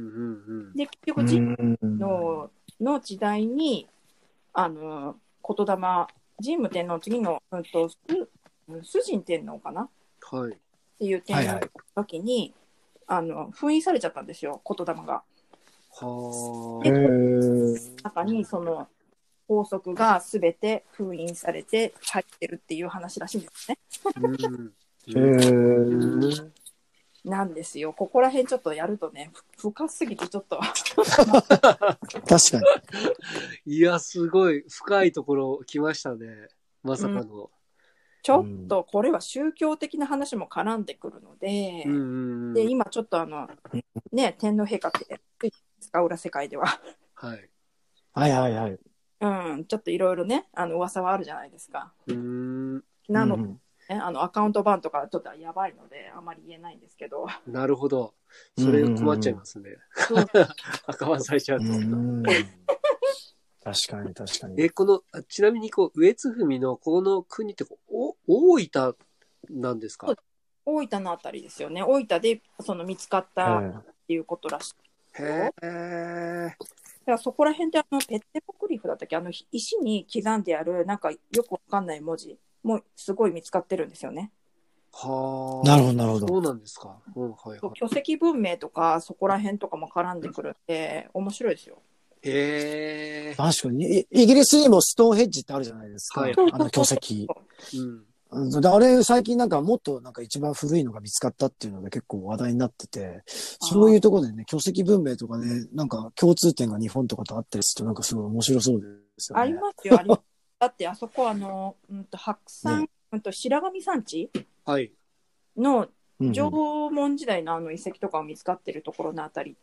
で結局神武のの時代にあの言霊神武天皇の次の、うん、と崇神天皇かな、 はい、 っていう点の時に、はいはい、あの封印されちゃったんですよ、言霊が。はで中にその法則がすべて封印されて入ってるっていう話らしいんですね。うんなんですよ。ここら辺ちょっとやるとね、深すぎてちょっと確かに。いや、すごい深いところ来ましたね。まさかの。うんちょっとこれは宗教的な話も絡んでくるので、うん、で今ちょっとあのね天皇陛下って使う裏世界では、 はい、 はいはいはい、 うん、ちょっといろいろねあの噂はあるじゃないですか。うーんなので、ね、あのアカウント版とかちょっとやばいのであまり言えないんですけど。 なるほど、それ困っちゃいますね。アカウントされちゃうと。うん確かに確かに。 え、この、ちなみにこう、上津文のこの国ってお、大分なんですか？ 大分のあたりですよね。大分でその見つかったっていうことらしい。へえ。だからそこら辺であのペッテポクリフだったっけ、あの石に刻んであるなんかよくわかんない文字もすごい見つかってるんですよね。 はあ。なるほどなるほど。 そうなんですか。うんはいはい、 巨石文明とかそこら辺とかも絡んでくるんで面白いですよ。 へえ。 確かに。イギリスにもストーンヘッジってあるじゃないですか。はい、あの巨石。うん。あれ、最近なんかもっとなんか一番古いのが見つかったっていうので結構話題になってて、そういうところでね、巨石文明とかね、なんか共通点が日本とかとあったりするとなんかすごい面白そうですよね。 ありますよ、あります。だってあそこあの、うんと白山、ね、うんと白神山地はい。 の縄文時代のあの遺跡とかを見つかってるところのあたりって、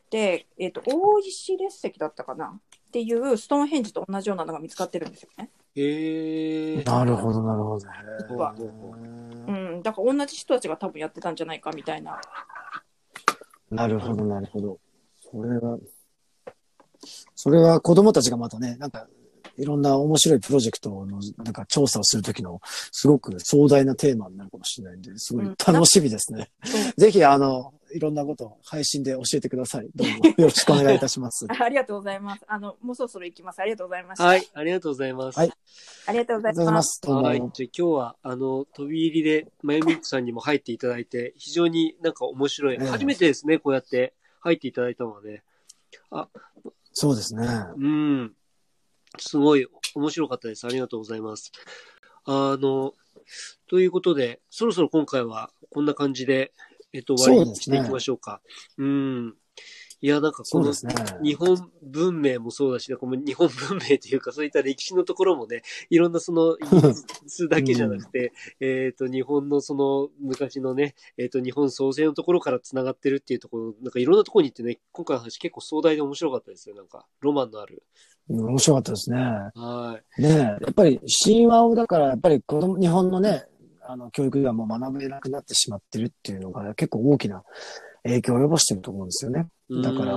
えっと、大石列石だったかなっていうストーンヘンジと同じようなのが見つかってるんですよね。 へえ。 なるほど、なるほど。 実は。うん。だから同じ人たちが多分やってたんじゃないかみたいな。 なるほど、なるほど。それは、それは子供たちがまたね、なんか、いろんな面白いプロジェクトのなんか調査をするときのすごく壮大なテーマになるかもしれないんで、すごい楽しみですね。うん、ぜひあの、いろんなことを配信で教えてください。どうもよろしくお願いいたします。 ありがとうございます。あの、もうそろそろ行きます。ありがとうございました。 はい、ありがとうございます。 はい。 ありがとうございます。 はい。じゃあ今日は、あの、飛び入りで、まゆみさんにも入っていただいて、非常になんか面白い。えー、初めてですね、こうやって入っていただいたのはね。あ、 そうですね。 うん。すごい面白かったです。ありがとうございます。あの、ということで、そろそろ今回はこんな感じで、えっと、終わりにしていきましょうか。う、ね、うん。いや、なんかこの日本文明もそうだし、この日本文明というか、そういった歴史のところもね、いろんなその、数だけじゃなくて、うん、えっと、日本のその昔のね、えっと、日本創生のところから繋がってるっていうところ、なんかいろんなところに行ってね、今回の話結構壮大で面白かったですよ。なんか、ロマンのある。 面白かったですね。 はい。 ねえ、やっぱり神話をだから、やっぱり子供、日本のね、あの、教育ではもう学べなくなってしまってるっていうのが結構大きな影響を及ぼしてると思うんですよね。だから、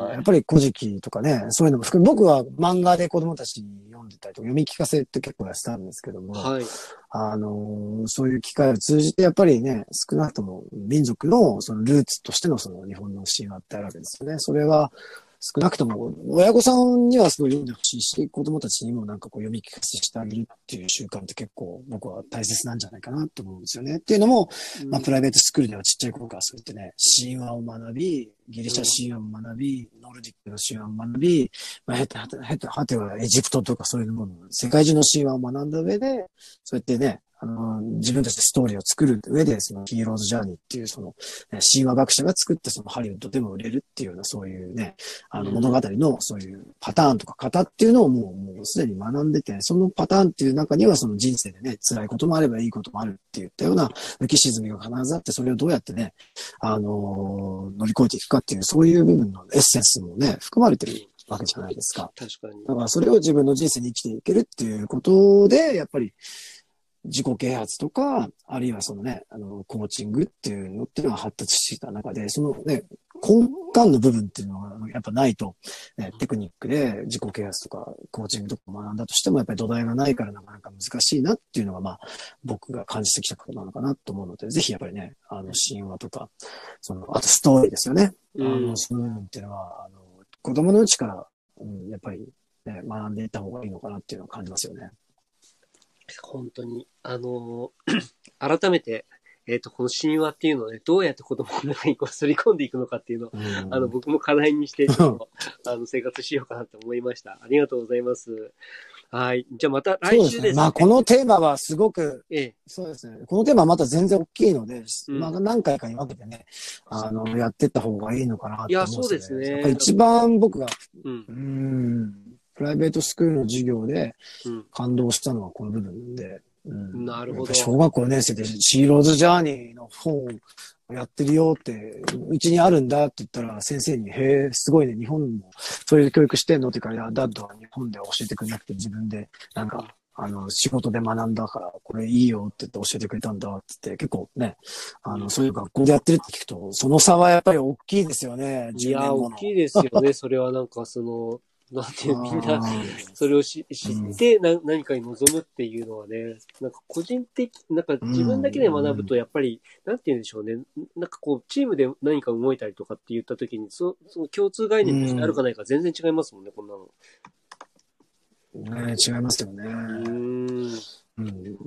やっぱり古事記とかね、そういうのも含め、僕は漫画で子供たちに読んでたりとか、読み聞かせって結構やってたんですけども、 はい、 あの、そういう機会を通じて、やっぱりね、少なくとも民族のそのルーツとしてのその日本の神話ってあるわけですよね。それは、少なくとも、親御さんにはすごい読んでほしいし、子供たちにもなんかこう読み聞かせしてあげるっていう習慣って結構僕は大切なんじゃないかなって思うんですよね。っていうのも、うん、まあプライベートスクールではちっちゃい頃からそうやってね、神話を学び、ギリシャ神話を学び、ノルディックの神話を学び、まあ、へてはて、へてはてはエジプトとかそういうもの、世界中の神話を学んだ上で、そうやってね、あの、自分たちでストーリーを作る上で、そのヒーローズジャーニーっていうその、ね、神話学者が作ってそのハリウッドでも売れるっていうようなそういうね、あの物語のそういうパターンとか型っていうのをもう、もうすでに学んでて、そのパターンっていう中にはその人生でね、辛いこともあればいいこともあるって言ったような浮き沈みが必ずあって、それをどうやってね、あのー、乗り越えていくかっていう、そういう部分のエッセンスもね、含まれてるわけじゃないですか。 確かに。 だからそれを自分の人生に生きていけるっていうことで、やっぱり、自己啓発とか、あるいはそのね、あの、コーチングっていうのっていうのが発達してた中で、そのね、根幹の部分っていうのがやっぱないと、ね、テクニックで自己啓発とかコーチングとか学んだとしてもやっぱり土台がないからなかなか難しいなっていうのがまあ僕が感じてきたことなのかなと思うので、ぜひやっぱりね、あの神話とか、その、あとストーリーですよね。うん、あの、そういうのっていうのは、あの、子供のうちから、うん、やっぱり、ね、学んでいった方がいいのかなっていうのを感じますよね。 本当に、あのー、改めて、えっと、この神話っていうのをね、どうやって子供の中にこう、すり込んでいくのかっていうのを、うん、あの、僕も課題にして、ちょっと、あの、生活しようかなと思いました。ありがとうございます。はい。じゃあまた来週ですね。 そうですね。まあ、このテーマはすごく、ええ、そうですね。このテーマはまた全然大きいので、うん、まあ、何回かに分けてね、あの、やってった方がいいのかなと思うんですよね。いや、そうですね。やっぱ一番僕が、うん、うんプライベートスクールの授業で感動したのはこの部分で、うん、 なるほど。 小学校よねん生でシーローズジャーニーの本をやってるよって、うちにあるんだって言ったら先生に、へえ、すごいね、日本もそういう教育してんのって言うから、いや、ダッドは日本では教えてくれなくて自分で、なんか、あの、仕事で学んだから、これいいよって言って教えてくれたんだって言って、結構ね、あの、そういう学校でやってるって聞くと、その差はやっぱり大きいですよね、 いや、大きいですよね、それはなんかその、なんてみんな、それをし知ってな、何かに臨むっていうのはね、なんか個人的、なんか自分だけで学ぶとやっぱり、なんて言うんでしょうね、なんかこう、チームで何か動いたりとかって言った時に、そその共通概念としてあるかないか全然違いますもんね、こんなの。 ね、違いますよね。うんうん、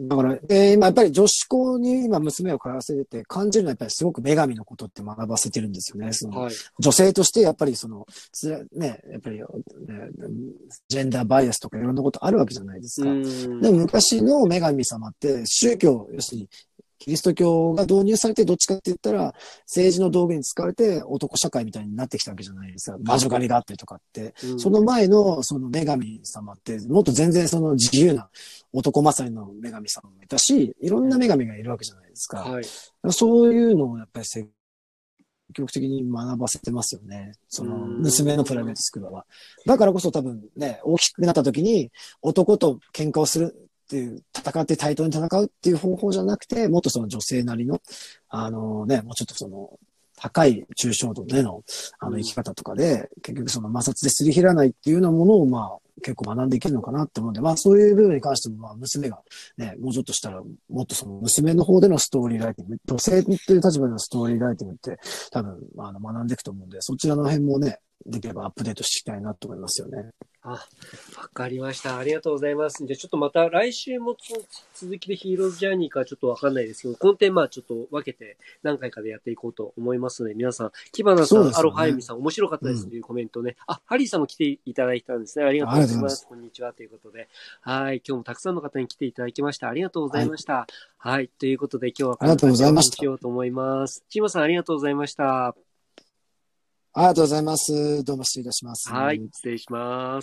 だから、えー、今やっぱり女子校に今娘を通わせてて感じるのはやっぱりすごく女神のことって学ばせてるんですよね。その、はい、女性としてやっぱりその、ね、やっぱり、ね、ジェンダーバイアスとかいろんなことあるわけじゃないですか。でも昔の女神様って宗教、要するにキリスト教が導入されてどっちかって言ったら政治の道具に使われて男社会みたいになってきたわけじゃないですか。魔女狩りがあったりとかって。うん、その前のその女神様ってもっと全然その自由な男勝りの女神様もいたし、いろんな女神がいるわけじゃないですか。はい、そういうのをやっぱり積極的に学ばせてますよね。その娘のプライベートスクールは。だからこそ多分ね、大きくなった時に男と喧嘩をするっていう、戦って対等に戦うっていう方法じゃなくて、もっとその女性なりの、あのね、もうちょっとその、高い抽象度での、あの生き方とかで、結局その摩擦ですり減らないっていうようなものを、まあ、結構学んでいけるのかなって思うんで、まあそういう部分に関しても、まあ娘がね、もうちょっとしたら、もっとその娘の方でのストーリーライティング、女性という立場でのストーリーライティングって多分、あの学んでいくと思うんで、そちらの辺もね、できればアップデートしていきたいなと思いますよね。 あ、わかりました。ありがとうございます。じゃあちょっとまた来週も続きでヒーローズジャーニーかちょっとわかんないですけど、この点まあちょっと分けて何回かでやっていこうと思いますので、皆さん、キバナさん、ね、アロハイミさん、面白かったですというコメントね、うん、あ、ハリーさんも来ていただいたんですね。ありがとうございます。こんにちはということで。はい。今日もたくさんの方に来ていただきました。ありがとうございました。はい。はい、ということで今日はこの辺でしようと思います。チーマさんありがとうございました。 ありがとうございます。どうも失礼いたします。 はい、失礼します。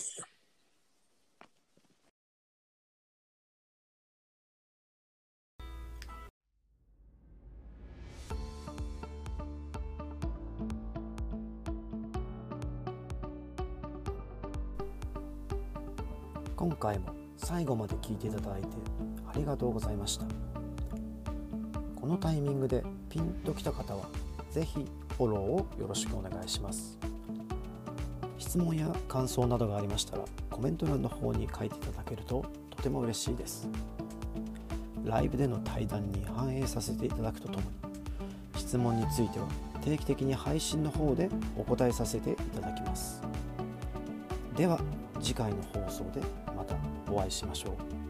今回も最後まで聞いていただいてありがとうございました。このタイミングでピンときた方はぜひフォローをよろしくお願いします。質問や感想などがありましたらコメント欄の方に書いていただけるととても嬉しいです。ライブでの対談に反映させていただくとともに質問については定期的に配信の方でお答えさせていただきます。では次回の放送でまたお会いしましょう。